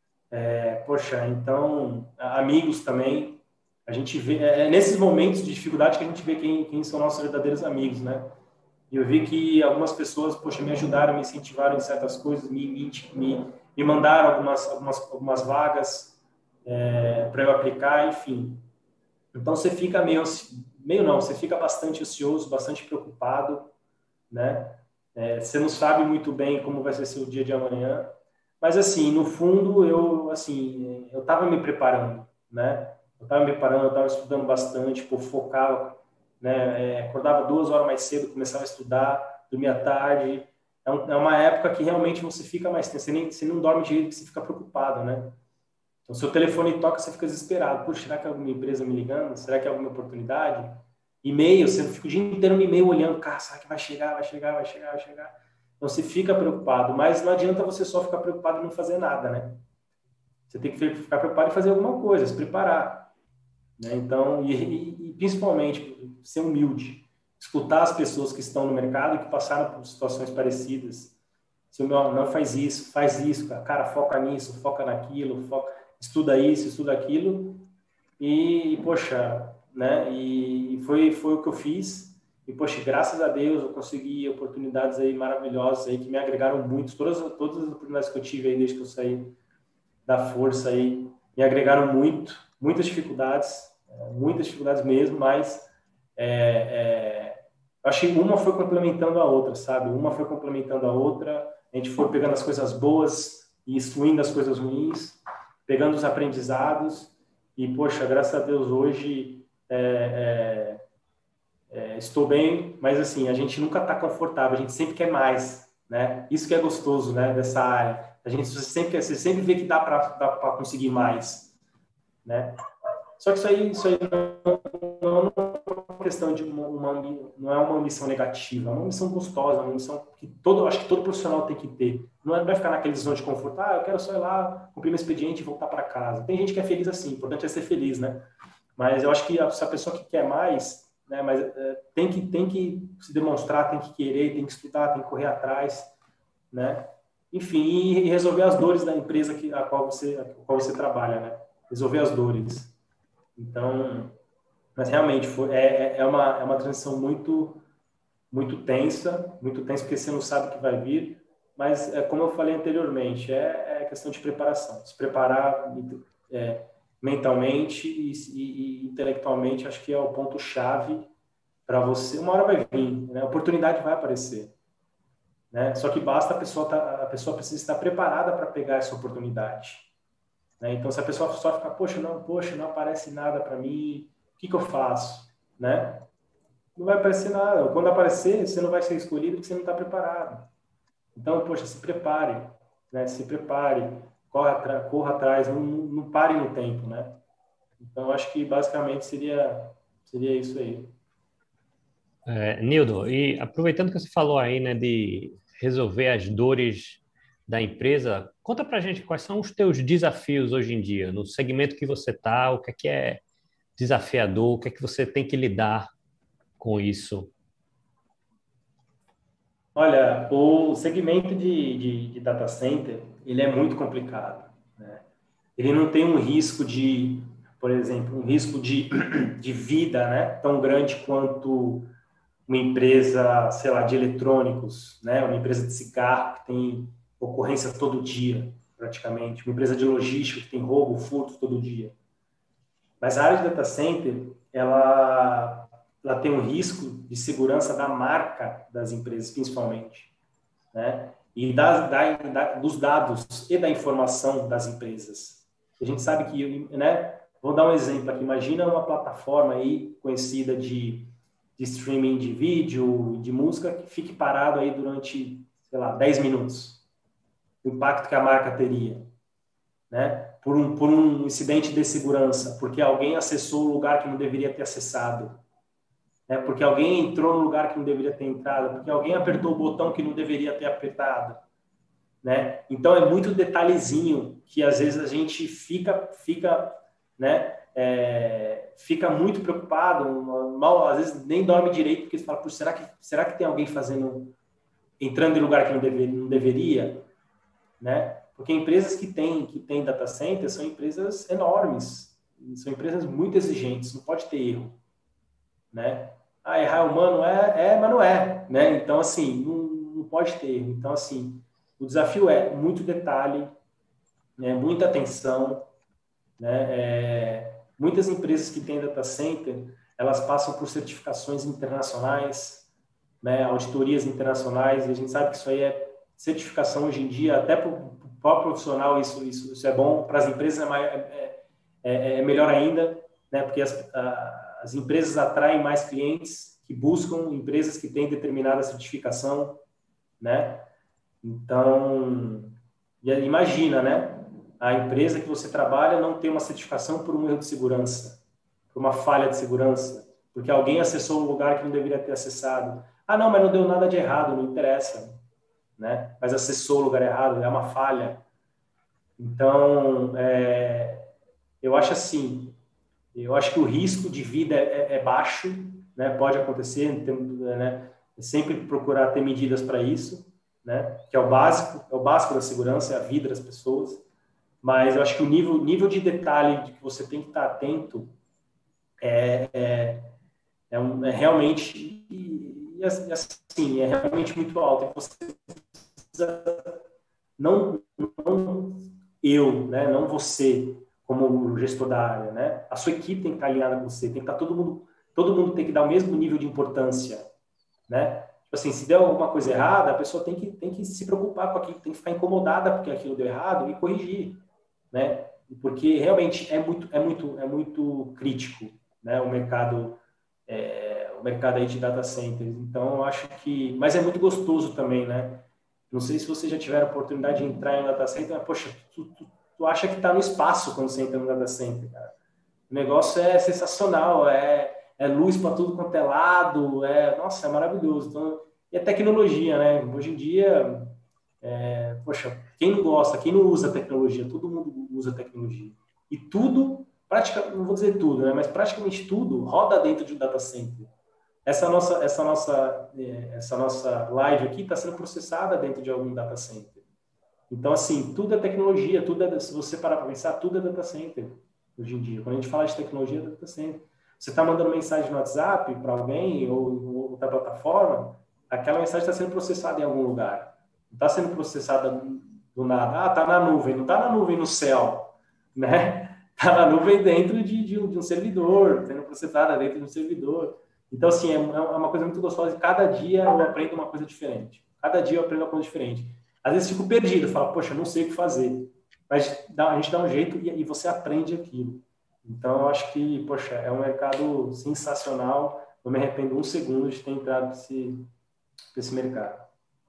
Poxa, então, amigos também, a gente vê, nesses momentos de dificuldade que a gente vê quem são nossos verdadeiros amigos, né? E eu vi que algumas pessoas, poxa, me ajudaram, me incentivaram em certas coisas, me mandaram algumas vagas para eu aplicar, enfim. Então você fica meio não, você fica bastante ansioso, bastante preocupado, né? Você não sabe muito bem como vai ser seu dia de amanhã, mas assim, no fundo eu estava me preparando, né? Eu estava estudando bastante, focava, né? Acordava 2 horas mais cedo, começava a estudar, dormia tarde. É uma época que realmente você fica mais tenso, você não dorme direito, você fica preocupado, né? Então, seu telefone toca, você fica desesperado. Puxa, será que é alguma empresa me ligando? Será que é alguma oportunidade? E-mail, você fica o dia inteiro no e-mail olhando, cara, será que vai chegar, vai chegar, vai chegar, vai chegar? Então, você fica preocupado, mas não adianta você só ficar preocupado e não fazer nada, né? Você tem que ficar preocupado e fazer alguma coisa, se preparar. Né? Então, e principalmente, ser humilde. Escutar as pessoas que estão no mercado e que passaram por situações parecidas. Se o meu não faz isso, cara, foca nisso, foca naquilo, estuda isso, estuda aquilo. E poxa, né? E foi o que eu fiz. E, poxa, graças a Deus eu consegui oportunidades aí maravilhosas aí que me agregaram muito. Todas as oportunidades que eu tive aí desde que eu saí da força aí me agregaram muito, muitas dificuldades mesmo, mas eu achei que uma foi complementando a outra, sabe? Uma foi complementando a outra, a gente foi pegando as coisas boas e excluindo as coisas ruins, pegando os aprendizados e, poxa, graças a Deus hoje estou bem, mas assim, a gente nunca está confortável, a gente sempre quer mais, né? Isso que é gostoso, né, dessa área. Você sempre vê que dá para conseguir mais, né? Só que isso aí não é uma questão de não é uma ambição negativa, é uma ambição gostosa, uma ambição que acho que todo profissional tem que ter. Não vai ficar naquele zona de conforto, eu quero só ir lá, cumprir meu expediente e voltar para casa. Tem gente que é feliz assim, o importante é ser feliz, né? Mas eu acho que se a pessoa que quer mais, né, mas tem que se demonstrar, tem que querer, tem que estudar, tem que correr atrás, né? Enfim, e resolver as dores da empresa a qual você trabalha, né? Resolver as dores. Então, mas realmente é uma transição muito tensa porque você não sabe o que vai vir, mas como eu falei anteriormente, é questão de preparação, se preparar mentalmente e intelectualmente, acho que é o ponto chave para você. Uma hora vai vir, né? A oportunidade vai aparecer, né? Só que basta a pessoa precisa estar preparada para pegar essa oportunidade. Né? Então, se a pessoa só ficar, poxa, não aparece nada para mim, o que eu faço? Né? Não vai aparecer nada. Quando aparecer, você não vai ser escolhido porque você não está preparado. Então, poxa, se prepare, né? Se prepare, corra atrás, não pare no tempo, né? Então, acho que basicamente seria isso aí. Nildo, e aproveitando que você falou aí, né, de resolver as dores da empresa, conta pra gente quais são os teus desafios hoje em dia, no segmento que você está, o que é desafiador, o que é que você tem que lidar com isso? Olha, o segmento de data center, ele é muito complicado, né? Ele não tem um risco por exemplo, um risco de vida, né, tão grande quanto uma empresa, sei lá, de eletrônicos, né, uma empresa de cigarro que tem ocorrência todo dia, praticamente, uma empresa de logística que tem roubo, furto todo dia. Mas a área de data center, ela tem um risco de segurança da marca das empresas, principalmente, né, e dos dados e da informação das empresas. A gente sabe que, né? Vou dar um exemplo aqui. Imagina uma plataforma aí conhecida de streaming de vídeo, de música, que fique parado aí durante, sei lá, 10 minutos. O impacto que a marca teria, né? Por um incidente de segurança, porque alguém acessou o lugar que não deveria ter acessado, né? Porque alguém entrou no lugar que não deveria ter entrado, porque alguém apertou o botão que não deveria ter apertado, né? Então é muito detalhezinho que às vezes a gente fica, né? Fica muito preocupado, mal, às vezes nem dorme direito, porque você fala, será que tem alguém entrando em lugar que não deveria, né? Porque empresas que têm data center são empresas enormes, são empresas muito exigentes, não pode ter erro, né? Errar humano mas não é, né? Então, assim, não pode ter erro. Então, assim, o desafio é muito detalhe, né? Muita atenção, né? Muitas empresas que têm data center, elas passam por certificações internacionais, né? Auditorias internacionais, e a gente sabe que isso aí é certificação hoje em dia, até para o próprio profissional, isso é bom, para as empresas é melhor ainda, né? Porque as empresas atraem mais clientes que buscam empresas que têm determinada certificação, né? Então, imagina, né? A empresa que você trabalha não tem uma certificação por um erro de segurança, por uma falha de segurança, porque alguém acessou um lugar que não deveria ter acessado. Não, mas não deu nada de errado, não interessa, né? Mas acessou o lugar errado, é uma falha. Então, eu acho assim, eu acho que o risco de vida é baixo, né? Pode acontecer, né? Sempre procurar ter medidas para isso, né? Que é o básico da segurança, é a vida das pessoas. Mas eu acho que o nível de detalhe de que você tem que estar atento é realmente assim, é realmente muito alto. E você precisa, não eu, né? Não você como gestor da área, né? A sua equipe tem que estar alinhada com você, tem que estar todo mundo tem que dar o mesmo nível de importância, né? Tipo assim, se der alguma coisa errada, a pessoa tem que se preocupar com aquilo, tem que ficar incomodada porque aquilo deu errado e corrigir, né? Porque realmente é muito crítico, né? O mercado aí de data centers. Então, eu acho que, mas é muito gostoso também, né? Não sei se você já tiver a oportunidade de entrar em um data center, mas, poxa, tu acha que está no espaço quando você entra no data center, cara. O negócio é sensacional, é luz para tudo quanto é lado, nossa, é maravilhoso. Então, e a tecnologia, né? Hoje em dia, poxa, quem não gosta, quem não usa tecnologia, todo mundo usa tecnologia. E tudo, praticamente, não vou dizer tudo, né? Mas praticamente tudo roda dentro de um data center. Essa nossa live aqui está sendo processada dentro de algum data center. Então, assim, tudo é tecnologia, se você parar para pensar, tudo é data center hoje em dia. Quando a gente fala de tecnologia, é data center. Você está mandando mensagem no WhatsApp para alguém ou outra plataforma, aquela mensagem está sendo processada em algum lugar. Não está sendo processada do nada. Está na nuvem. Não está na nuvem no céu, né? Está na nuvem dentro de um servidor, sendo processada dentro de um servidor. Então, assim, é uma coisa muito gostosa e cada dia eu aprendo uma coisa diferente. Cada dia eu aprendo uma coisa diferente. Às vezes fico perdido, falo, poxa, não sei o que fazer. Mas a gente dá um jeito e você aprende aquilo. Então, eu acho que, poxa, é um mercado sensacional. Não me arrependo um segundo de ter entrado nesse mercado.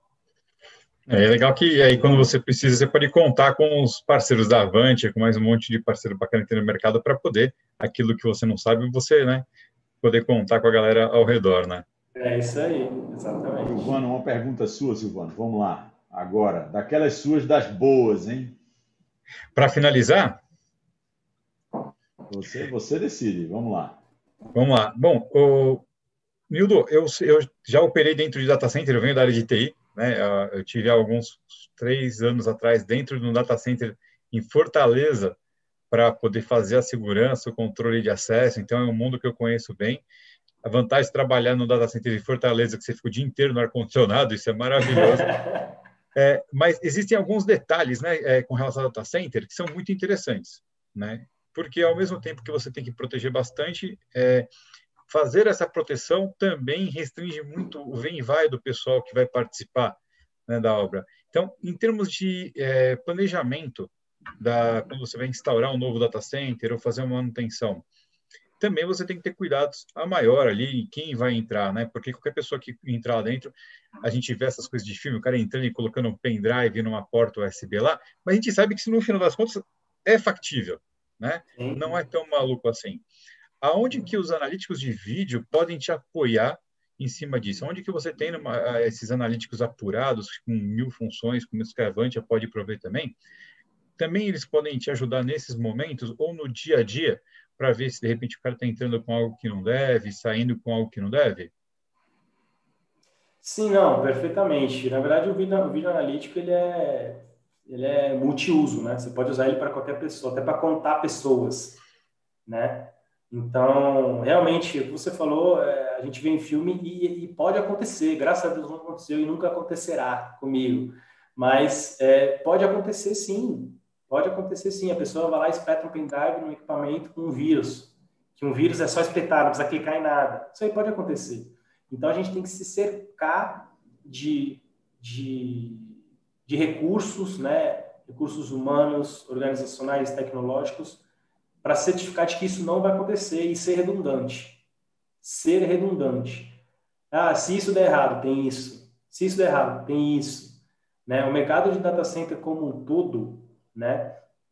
É legal que aí, quando você precisa, você pode contar com os parceiros da Avante, com mais um monte de parceiro bacana que tem no mercado para poder, aquilo que você não sabe, você, né, poder contar com a galera ao redor, né? É isso aí, exatamente. Silvano, uma pergunta sua, Silvano. Vamos lá. Agora, daquelas suas das boas, hein? Para finalizar? Você decide. Vamos lá. Vamos lá. Bom, Nildo, eu já operei dentro de data center, eu venho da área de TI, né? Eu tive alguns 3 anos atrás dentro de um data center em Fortaleza para poder fazer a segurança, o controle de acesso. Então, é um mundo que eu conheço bem. A vantagem de trabalhar no data center de Fortaleza, que você fica o dia inteiro no ar-condicionado, isso é maravilhoso. Mas existem alguns detalhes, né, com relação ao data center que são muito interessantes, né? Porque, ao mesmo tempo que você tem que proteger bastante, fazer essa proteção também restringe muito o vem e vai do pessoal que vai participar, né, da obra. Então, em termos de planejamento, quando você vai instaurar um novo data center ou fazer uma manutenção. Também você tem que ter cuidados a maior ali em quem vai entrar, né? Porque qualquer pessoa que entrar lá dentro, a gente vê essas coisas de filme, o cara entrando e colocando um pendrive numa porta USB lá, mas a gente sabe que isso, no final das contas, é factível, né? Sim. Não é tão maluco assim. Aonde que os analíticos de vídeo podem te apoiar em cima disso? Onde que você tem esses analíticos apurados, com 1000 funções, como o Avantia pode prover também? Também eles podem te ajudar nesses momentos ou no dia a dia, para ver se de repente o cara está entrando com algo que não deve, saindo com algo que não deve? Sim, não, perfeitamente. Na verdade, o vídeo analítico ele é multiuso, né? Você pode usar ele para qualquer pessoa, até para contar pessoas, né? Então, realmente, o que você falou, a gente vê em filme e pode acontecer. Graças a Deus não aconteceu e nunca acontecerá comigo. Mas pode acontecer sim. Pode acontecer sim. A pessoa vai lá e espeta um pendrive no equipamento com um vírus. Que um vírus é só espetar, não precisa clicar em nada. Isso aí pode acontecer. Então, a gente tem que se cercar de recursos, né? Recursos humanos, organizacionais, tecnológicos, para certificar de que isso não vai acontecer e ser redundante. Ser redundante. Ah, se isso der errado, tem isso. Se isso der errado, tem isso. Né? O mercado de data center como um todo, né?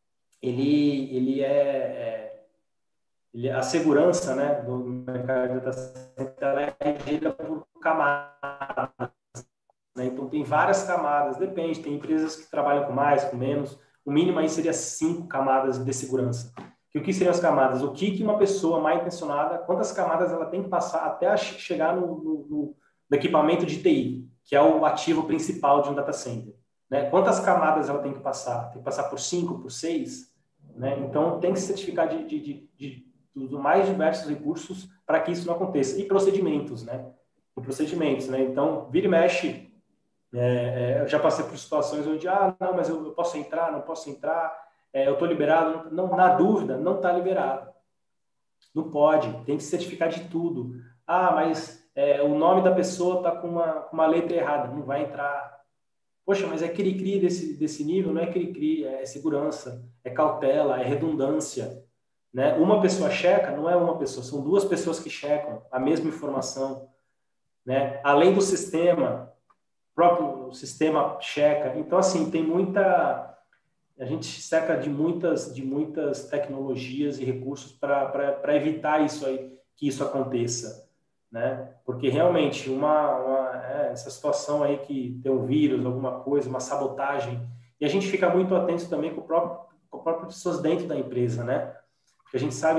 A segurança, né, do mercado de data center ela é regida por camadas. Né? Então, tem várias camadas, depende. Tem empresas que trabalham com mais, com menos. O mínimo aí seria 5 camadas de segurança. E o que seriam as camadas? O que uma pessoa mal intencionada, quantas camadas ela tem que passar até chegar no equipamento de TI, que é o ativo principal de um data center. Né? Quantas camadas ela tem que passar? Tem que passar por 5, por 6? Né? Então, tem que se certificar dos mais diversos recursos para que isso não aconteça. E procedimentos, né? Né? Então, vira e mexe, eu já passei por situações onde, não, mas eu posso entrar, não posso entrar, eu estou liberado, não, na dúvida, não está liberado. Não pode, tem que se certificar de tudo. Mas o nome da pessoa está com uma letra errada, não vai entrar. Poxa, mas é cri-cri desse nível, não é cri-cri, é segurança, é cautela, é redundância. Né? Uma pessoa checa, não é uma pessoa, são 2 pessoas que checam a mesma informação. Né? Além do sistema, o próprio sistema checa. Então, assim, tem muita... A gente cerca de muitas tecnologias e recursos para evitar isso aí, que isso aconteça, né? Porque realmente essa situação aí que tem um vírus, alguma coisa, uma sabotagem, e a gente fica muito atento também com próprias pessoas dentro da empresa, né? Porque a gente sabe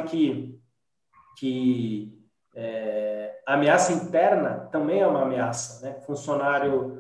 que a ameaça interna também é uma ameaça, né? Funcionário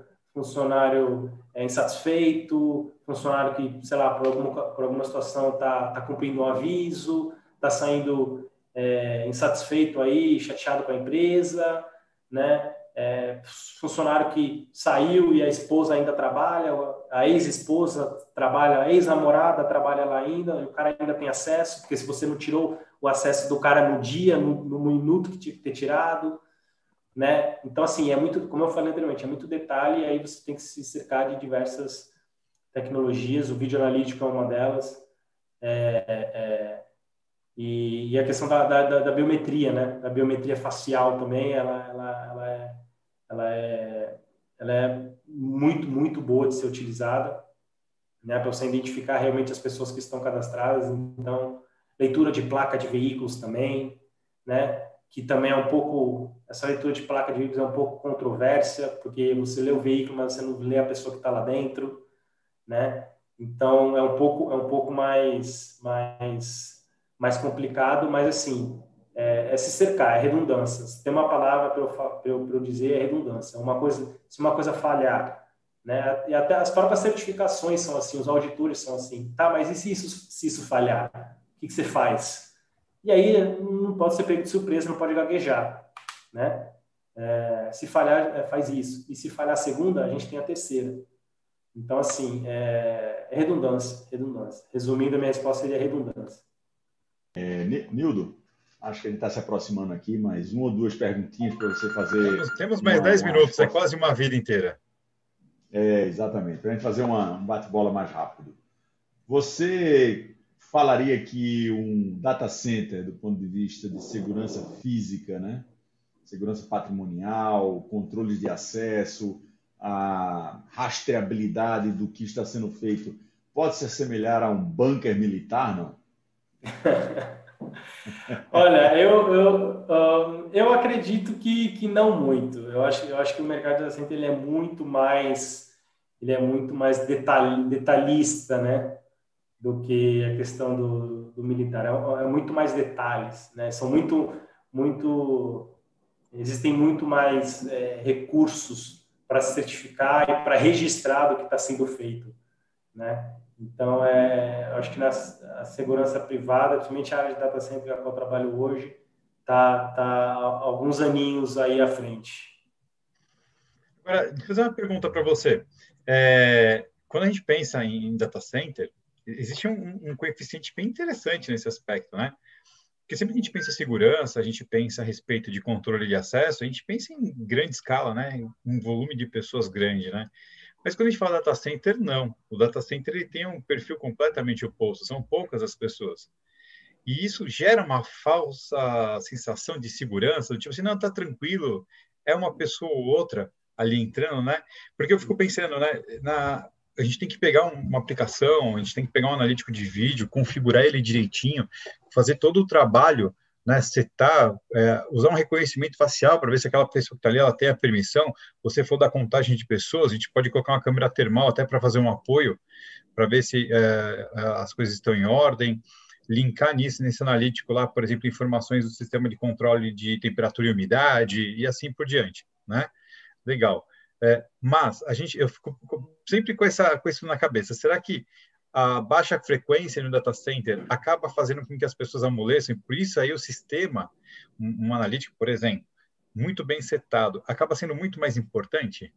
insatisfeito, funcionário que, sei lá, por alguma situação tá cumprindo um aviso, tá saindo insatisfeito aí, chateado com a empresa, né? Funcionário que saiu e a esposa ainda trabalha, a ex-esposa trabalha, a ex-namorada trabalha lá ainda, e o cara ainda tem acesso, porque se você não tirou o acesso do cara no dia, no minuto que tinha que ter tirado, né? Então, assim, é muito, como eu falei anteriormente, é muito detalhe, e aí você tem que se cercar de diversas tecnologias, o vídeo analítico é uma delas, e a questão da biometria, né? Da biometria facial também, ela é muito, muito boa de ser utilizada, né? Para você identificar realmente as pessoas que estão cadastradas. Então, leitura de placa de veículos também, né? Que também é um pouco, essa leitura de placa de veículos é um pouco controvérsia, porque você lê o veículo, mas você não lê a pessoa que está lá dentro, né? Então, é um pouco mais complicado, mas assim, é se cercar, é redundância. Se tem uma palavra para eu dizer, é redundância. Se uma coisa falhar, né? E até as próprias certificações são assim, os auditores são assim. Tá, mas e se isso falhar? O que você faz? E aí não pode ser pego de surpresa, não pode gaguejar, né? Se falhar, faz isso. E se falhar a segunda, a gente tem a terceira. Então, assim, redundância. Resumindo, a minha resposta seria redundância. Nildo, acho que ele está se aproximando aqui, mas 1 ou 2 perguntinhas para você fazer. Temos mais 10 minutos, é quase uma vida inteira. Exatamente, para a gente fazer um bate-bola mais rápido. Você falaria que um data center, do ponto de vista de segurança física, né? Segurança patrimonial, controles de acesso, a rastreabilidade do que está sendo feito, pode se assemelhar a um bunker militar, não? Olha, eu acredito que não muito. Eu acho que o mercado de data center ele é muito mais detalhista, né, do que a questão do militar. É muito mais detalhes, né? São existem muito mais recursos para certificar e para registrar do que está sendo feito, né? Então, eu acho que a segurança privada, principalmente a área de data center que eu trabalho hoje, tá alguns aninhos aí à frente. Agora, deixa eu fazer uma pergunta para você. Quando a gente pensa em data center, existe um coeficiente bem interessante nesse aspecto, né? Porque sempre que a gente pensa em segurança, a gente pensa a respeito de controle de acesso, a gente pensa em grande escala, né? Em volume de pessoas grande, né? Mas quando a gente fala data center, não. O data center ele tem um perfil completamente oposto, são poucas as pessoas. E isso gera uma falsa sensação de segurança, do tipo assim, não, tá tranquilo, é uma pessoa ou outra ali entrando, né? Porque eu fico pensando, né, a gente tem que pegar uma aplicação, a gente tem que pegar um analítico de vídeo, configurar ele direitinho, fazer todo o trabalho, né, setar, usar um reconhecimento facial para ver se aquela pessoa que está ali, ela tem a permissão. Se você for dar contagem de pessoas, a gente pode colocar uma câmera termal até para fazer um apoio, para ver se as coisas estão em ordem, linkar nesse analítico lá, por exemplo, informações do sistema de controle de temperatura e umidade, e assim por diante, né? Legal. Mas eu fico sempre com isso na cabeça. Será que a baixa frequência no data center acaba fazendo com que as pessoas amoleçam? E por isso aí o sistema, um analítico, por exemplo, muito bem setado, acaba sendo muito mais importante?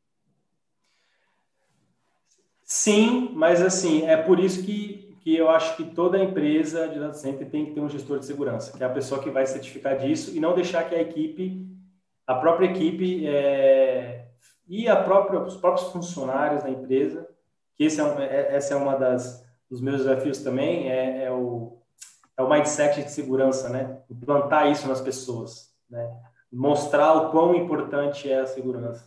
Sim, mas assim, é por isso que eu acho que toda empresa de data center tem que ter um gestor de segurança, que é a pessoa que vai certificar disso e não deixar que a própria equipe e os próprios funcionários da empresa, que essa é uma dos meus desafios também, é o mindset de segurança, né? Implantar isso nas pessoas, né? Mostrar o quão importante é a segurança.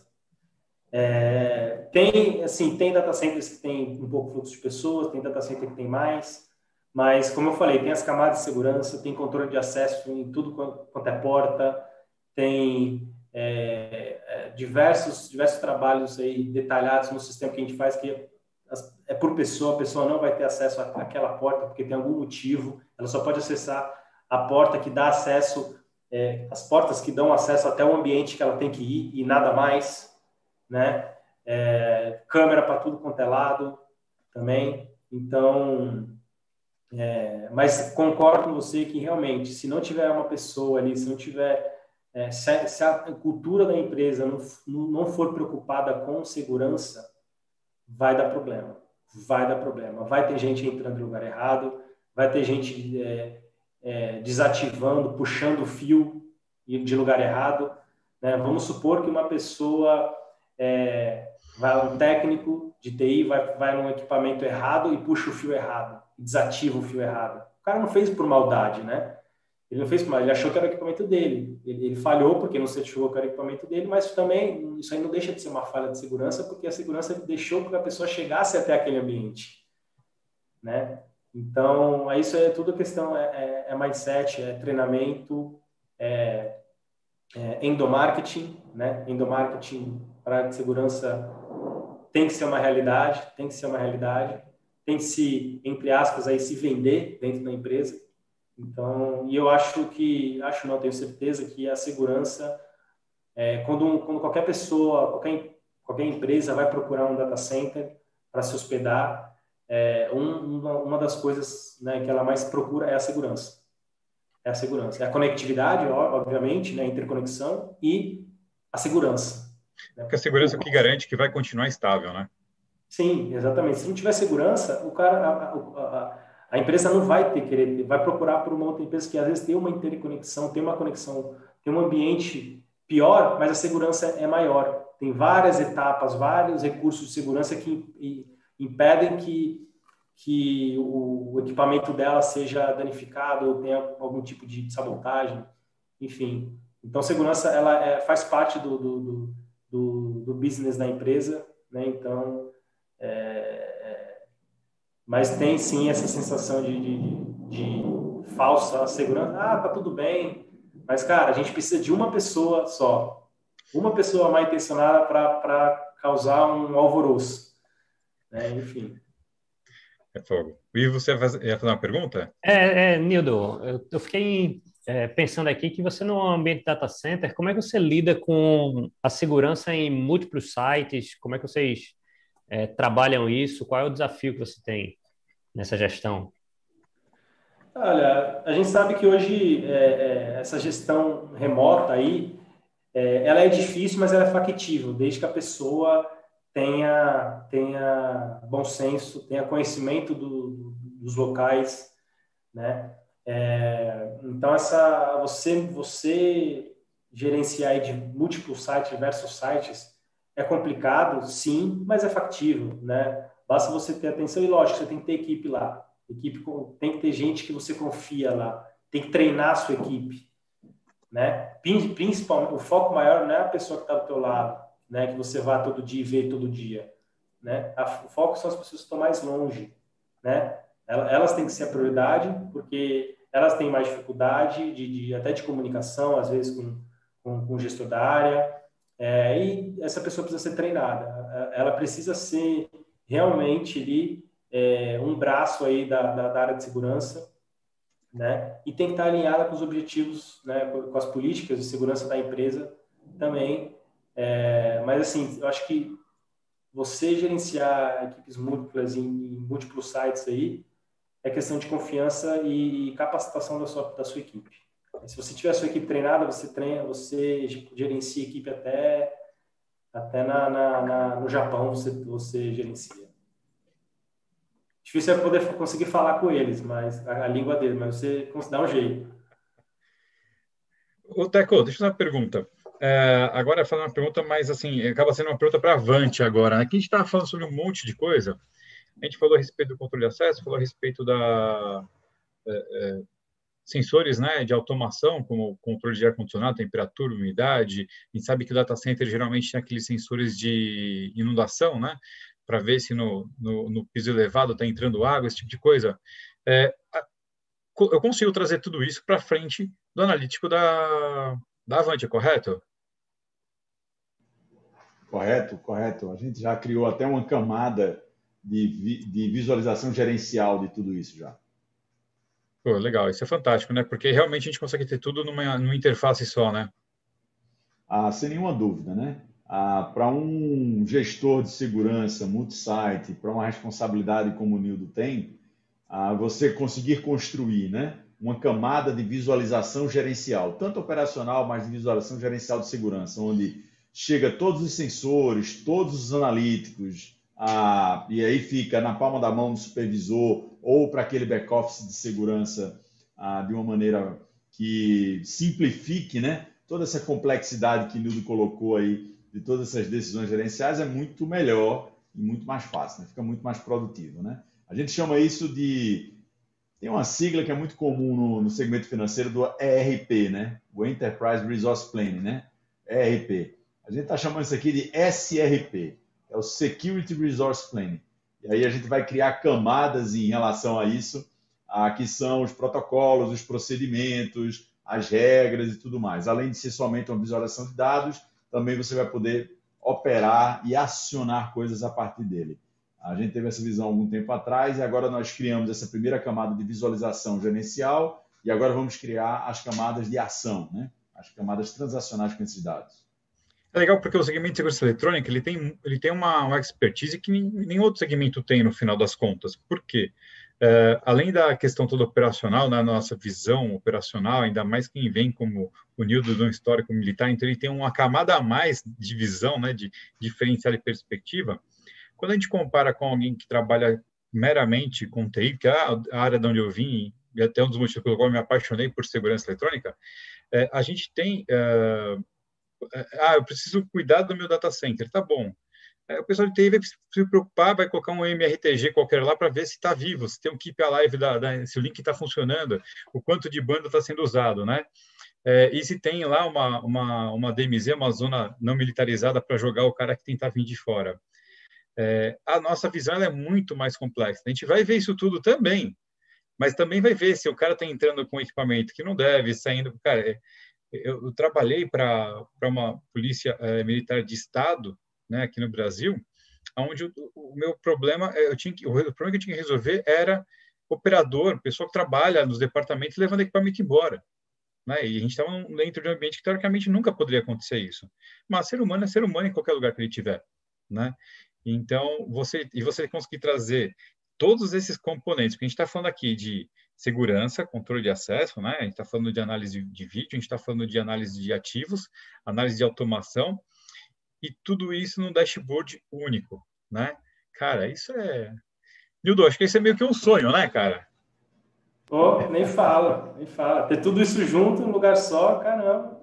Tem data centers que tem um pouco fluxo de pessoas, tem data center que tem mais, mas, como eu falei, tem as camadas de segurança, tem controle de acesso em tudo quanto é porta, tem diversos trabalhos aí detalhados no sistema que a gente faz, que é por pessoa, a pessoa não vai ter acesso àquela porta porque tem algum motivo, ela só pode acessar a porta que dá acesso, as portas que dão acesso até o ambiente que ela tem que ir e nada mais, né? Câmera para tudo quanto é lado também. Então, mas concordo com você que realmente, se não tiver uma pessoa ali, se não tiver se a cultura da empresa não for preocupada com segurança, vai dar problema. Vai ter gente entrando no lugar errado, vai ter gente desativando, puxando o fio de lugar errado, né? Vamos supor que uma pessoa um técnico de TI vai num equipamento errado e puxa o fio errado, desativa o fio errado. O cara não fez por maldade, né? Ele não fez por maldade, ele achou que era o equipamento dele. Ele falhou porque não certificou que era o equipamento dele, mas também isso aí não deixa de ser uma falha de segurança, porque a segurança deixou que a pessoa chegasse até aquele ambiente, né? Então, isso é tudo questão, mindset, treinamento, endomarketing, né? Endomarketing para a área de segurança tem que ser uma realidade, tem que se, entre aspas, aí, se vender dentro da empresa. Então, e eu tenho certeza que a segurança, quando qualquer pessoa, qualquer empresa vai procurar um data center para se hospedar, uma das coisas, né, que ela mais procura é a segurança. É a conectividade, obviamente, né, a interconexão e a segurança. Porque a segurança é o que garante que vai continuar estável, né? Sim, exatamente. Se não tiver segurança, a empresa não vai vai procurar por uma outra empresa que às vezes tem uma interconexão, tem uma conexão, tem um ambiente pior, mas a segurança é maior. Tem várias etapas, vários recursos de segurança que impedem que que o equipamento dela seja danificado ou tenha algum tipo de sabotagem, enfim. Então, segurança ela faz parte do business da empresa, né? Então, mas tem sim essa sensação de falsa segurança. Ah, tá tudo bem, mas cara, a gente precisa de uma pessoa só, uma pessoa mal intencionada para causar um alvoroço, né? Enfim. É fogo. E você ia fazer uma pergunta? Nildo, eu fiquei pensando aqui que você no ambiente data center, como é que você lida com a segurança em múltiplos sites? Como é que vocês trabalham isso? Qual é o desafio que você tem nessa gestão? Olha, a gente sabe que hoje essa gestão remota aí, ela é difícil, mas ela é factível, desde que a pessoa tenha bom senso, tenha conhecimento dos locais, né? Então, você gerenciar aí de múltiplos sites, diversos sites, é complicado, sim, mas é factível, né? Basta você ter atenção e, lógico, você tem que ter equipe lá. Tem que ter gente que você confia lá. Tem que treinar a sua equipe, né? Principalmente, o foco maior não é a pessoa que está do teu lado, né? Que você vá todo dia e vê todo dia, né? O foco são as pessoas que estão mais longe, né? Elas têm que ser a prioridade, porque elas têm mais dificuldade até de comunicação, às vezes com o gestor da área, e essa pessoa precisa ser treinada. Ela precisa ser realmente ali um braço aí da área de segurança, né? E tem que estar alinhada com os objetivos, né? Com as políticas de segurança da empresa também. Mas assim, eu acho que você gerenciar equipes múltiplas em múltiplos sites aí é questão de confiança e capacitação da sua equipe. Se você tiver a sua equipe treinada, você gerencia a equipe até no Japão você gerencia. Difícil é poder conseguir falar com eles, mas a língua deles, mas você dá um jeito. Ô, Teco, deixa eu fazer uma pergunta. Agora, fazer uma pergunta, mas assim, acaba sendo uma pergunta para a Avante agora, né? Aqui a gente estava falando sobre um monte de coisa. A gente falou a respeito do controle de acesso, falou a respeito da sensores, né, de automação, como controle de ar-condicionado, temperatura, umidade. A gente sabe que o data center geralmente tem aqueles sensores de inundação, né, para ver se no piso elevado está entrando água, esse tipo de coisa. Eu consigo trazer tudo isso para frente do analítico da Avante, correto? Correto, correto. A gente já criou até uma camada de visualização gerencial de tudo isso já. Pô, legal, isso é fantástico, né? Porque realmente a gente consegue ter tudo numa interface só, né? Sem nenhuma dúvida, né? Para um gestor de segurança multi-site, para uma responsabilidade como o Nildo tem, você conseguir construir, né, uma camada de visualização gerencial, tanto operacional, mas de visualização gerencial de segurança, onde chega todos os sensores, todos os analíticos, e aí fica na palma da mão do supervisor ou para aquele back-office de segurança de uma maneira que simplifique, né, toda essa complexidade que o Nildo colocou aí, de todas essas decisões gerenciais, é muito melhor e muito mais fácil, né? Fica muito mais produtivo, né? A gente chama isso de... Tem uma sigla que é muito comum no segmento financeiro do ERP, né? O Enterprise Resource Planning, né? ERP. A gente está chamando isso aqui de SRP, é o Security Resource Planning. E aí a gente vai criar camadas em relação a isso, que são os protocolos, os procedimentos, as regras e tudo mais. Além de ser somente uma visualização de dados, também você vai poder operar e acionar coisas a partir dele. A gente teve essa visão há algum tempo atrás e agora nós criamos essa primeira camada de visualização gerencial e agora vamos criar as camadas de ação, né? As camadas transacionais com esses dados. É legal porque o segmento de segurança eletrônica ele tem uma expertise que nenhum outro segmento tem no final das contas. Por quê? Além da questão toda operacional, na nossa visão operacional, ainda mais quem vem como o Nildo de um histórico militar, então ele tem uma camada a mais de visão, né, de diferencial e perspectiva. Quando a gente compara com alguém que trabalha meramente com TI, que é a área de onde eu vim, e até um dos motivos pelo qual eu me apaixonei por segurança eletrônica, a gente tem... eu preciso cuidar do meu data center, tá bom. O pessoal de TI vai se preocupar, vai colocar um MRTG qualquer lá para ver se está vivo, se tem um Keep Alive, se o link está funcionando, o quanto de banda está sendo usado, né? E se tem lá uma DMZ, uma zona não militarizada para jogar o cara que tentar vir de fora. A nossa visão ela é muito mais complexa. A gente vai ver isso tudo também, mas também vai ver se o cara está entrando com equipamento que não deve, saindo... Cara, eu trabalhei para uma polícia militar de Estado, né, aqui no Brasil, onde o meu problema, o problema que eu tinha que resolver era operador, pessoa que trabalha nos departamentos levando equipamento embora. Né? E a gente estava dentro de um ambiente que, teoricamente, nunca poderia acontecer isso. Mas ser humano é ser humano em qualquer lugar que ele estiver. Né? Então, você conseguir trazer todos esses componentes, porque a gente está falando aqui de segurança, controle de acesso, né? A gente está falando de análise de vídeo, a gente está falando de análise de ativos, análise de automação, e tudo isso num dashboard único, né? Cara, isso é... Nildo, acho que isso é meio que um sonho, né, cara? Nem fala, nem fala. Ter tudo isso junto num lugar só, caramba.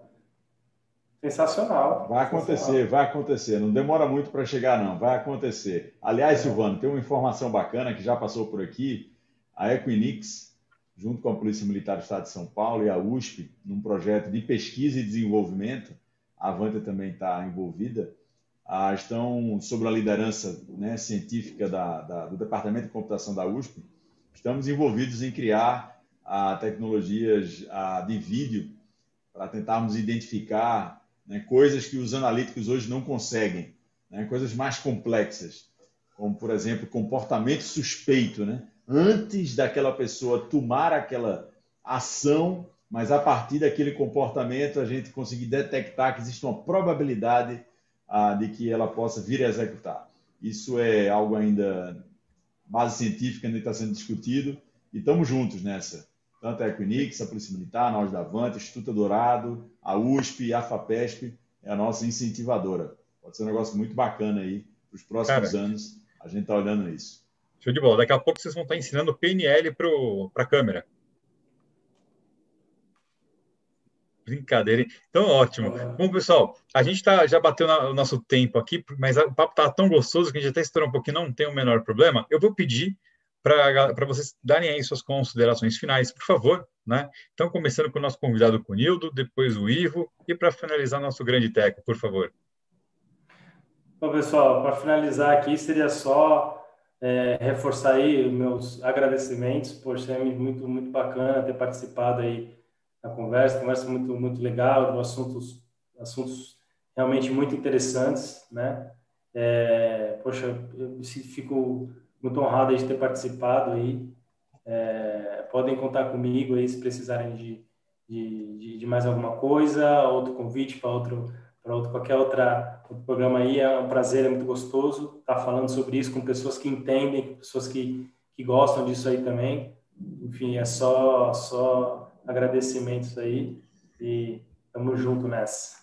Sensacional. Vai acontecer, vai acontecer. Não demora muito para chegar, não. Vai acontecer. Aliás, Silvano, tem uma informação bacana que já passou por aqui. A Equinix, junto com a Polícia Militar do Estado de São Paulo e a USP, num projeto de pesquisa e desenvolvimento, a Avante também está envolvida, estão sob a liderança, né, científica do Departamento de Computação da USP, estamos envolvidos em criar tecnologias de vídeo para tentarmos identificar, né, coisas que os analíticos hoje não conseguem, né, coisas mais complexas, como, por exemplo, comportamento suspeito, né? Antes daquela pessoa tomar aquela ação, mas a partir daquele comportamento a gente conseguir detectar que existe uma probabilidade de que ela possa vir a executar. Isso é algo ainda, base científica ainda está sendo discutido, e estamos juntos nessa. Tanto a Equinix, a Polícia Militar, nós da Avante, Instituto Dourado, a USP, a FAPESP, é a nossa incentivadora. Pode ser um negócio muito bacana aí para os próximos anos, a gente está olhando isso. Show de bola. Daqui a pouco vocês vão estar ensinando PNL para a câmera. Brincadeira, hein? Então, ótimo. Bom, pessoal, a gente já bateu o nosso tempo aqui, mas o papo está tão gostoso que a gente até estourou um pouquinho, não tem o menor problema. Eu vou pedir para vocês darem aí suas considerações finais, por favor. Né? Então, começando com o nosso convidado Conildo, depois o Ivo, e para finalizar, nosso grande Teco, por favor. Bom, pessoal, para finalizar aqui, seria só reforçar aí meus agradecimentos por ser muito, muito bacana ter participado aí da conversa muito, muito legal, assuntos realmente muito interessantes, né? Poxa, eu fico muito honrado de ter participado aí. Podem contar comigo aí se precisarem de mais alguma coisa, outro convite para qualquer outro programa aí. É um prazer, é muito gostoso estar falando sobre isso com pessoas que entendem, com pessoas que gostam disso aí também. Enfim, é só agradecimentos aí e estamos juntos nessa.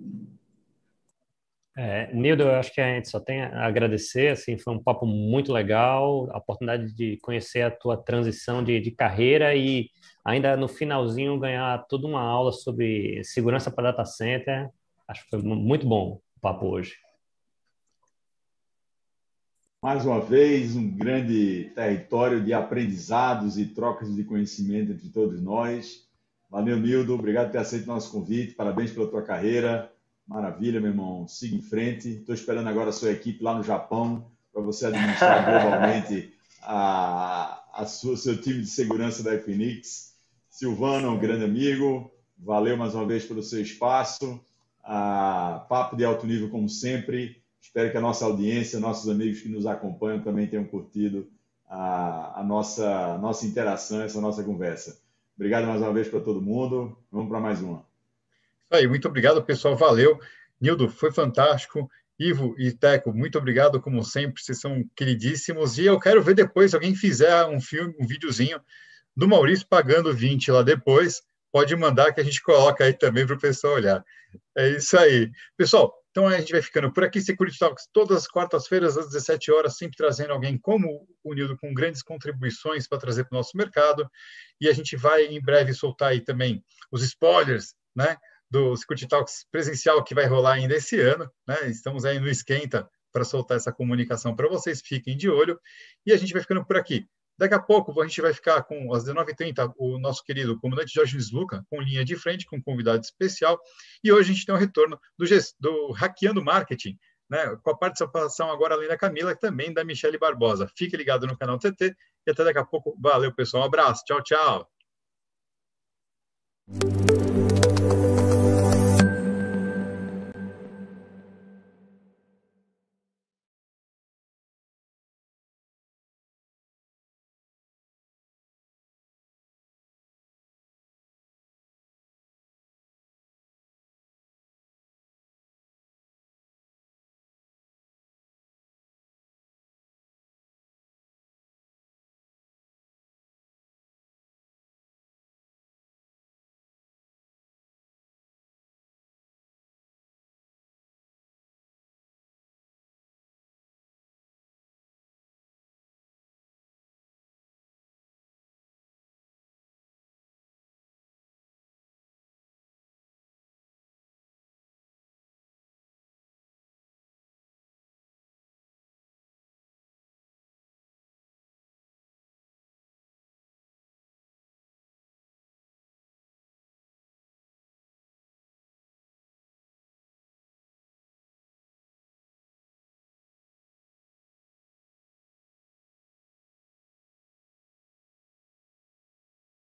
Nildo, eu acho que a gente só tem a agradecer, assim, foi um papo muito legal, a oportunidade de conhecer a tua transição de carreira e ainda no finalzinho ganhar toda uma aula sobre segurança para data center. Acho que foi muito bom o papo hoje. Mais uma vez, um grande território de aprendizados e trocas de conhecimento entre todos nós. Valeu, Nildo. Obrigado por ter aceito o nosso convite. Parabéns pela tua carreira. Maravilha, meu irmão. Siga em frente. Estou esperando agora a sua equipe lá no Japão para você administrar globalmente seu time de segurança da Equinix. Silvano, um grande amigo. Valeu mais uma vez pelo seu espaço. Papo de alto nível, como sempre. Espero que a nossa audiência, nossos amigos que nos acompanham também tenham curtido a nossa interação, essa nossa conversa. Obrigado mais uma vez para todo mundo. Vamos para mais uma. Aí, muito obrigado, pessoal. Valeu. Nildo, foi fantástico. Ivo e Teco, muito obrigado, como sempre. Vocês são queridíssimos. E eu quero ver depois, se alguém fizer um videozinho do Maurício pagando 20 lá depois, pode mandar que a gente coloca aí também para o pessoal olhar. É isso aí. Pessoal, então a gente vai ficando por aqui. Security Talks, todas as quartas-feiras, às 17 horas, sempre trazendo alguém como o Nildo, com grandes contribuições para trazer para o nosso mercado. E a gente vai, em breve, soltar aí também os spoilers, né, do Security Talks presencial que vai rolar ainda esse ano. Né? Estamos aí no esquenta para soltar essa comunicação para vocês. Fiquem de olho. E a gente vai ficando por aqui. Daqui a pouco a gente vai ficar com, às 19h30, o nosso querido comandante Jorge Sluca, com linha de frente, com um convidado especial. E hoje a gente tem o retorno do Hackeando Marketing, né, com a participação agora, além da Camila, também da Michele Barbosa. Fique ligado no canal TT e até daqui a pouco. Valeu, pessoal. Um abraço. Tchau, tchau.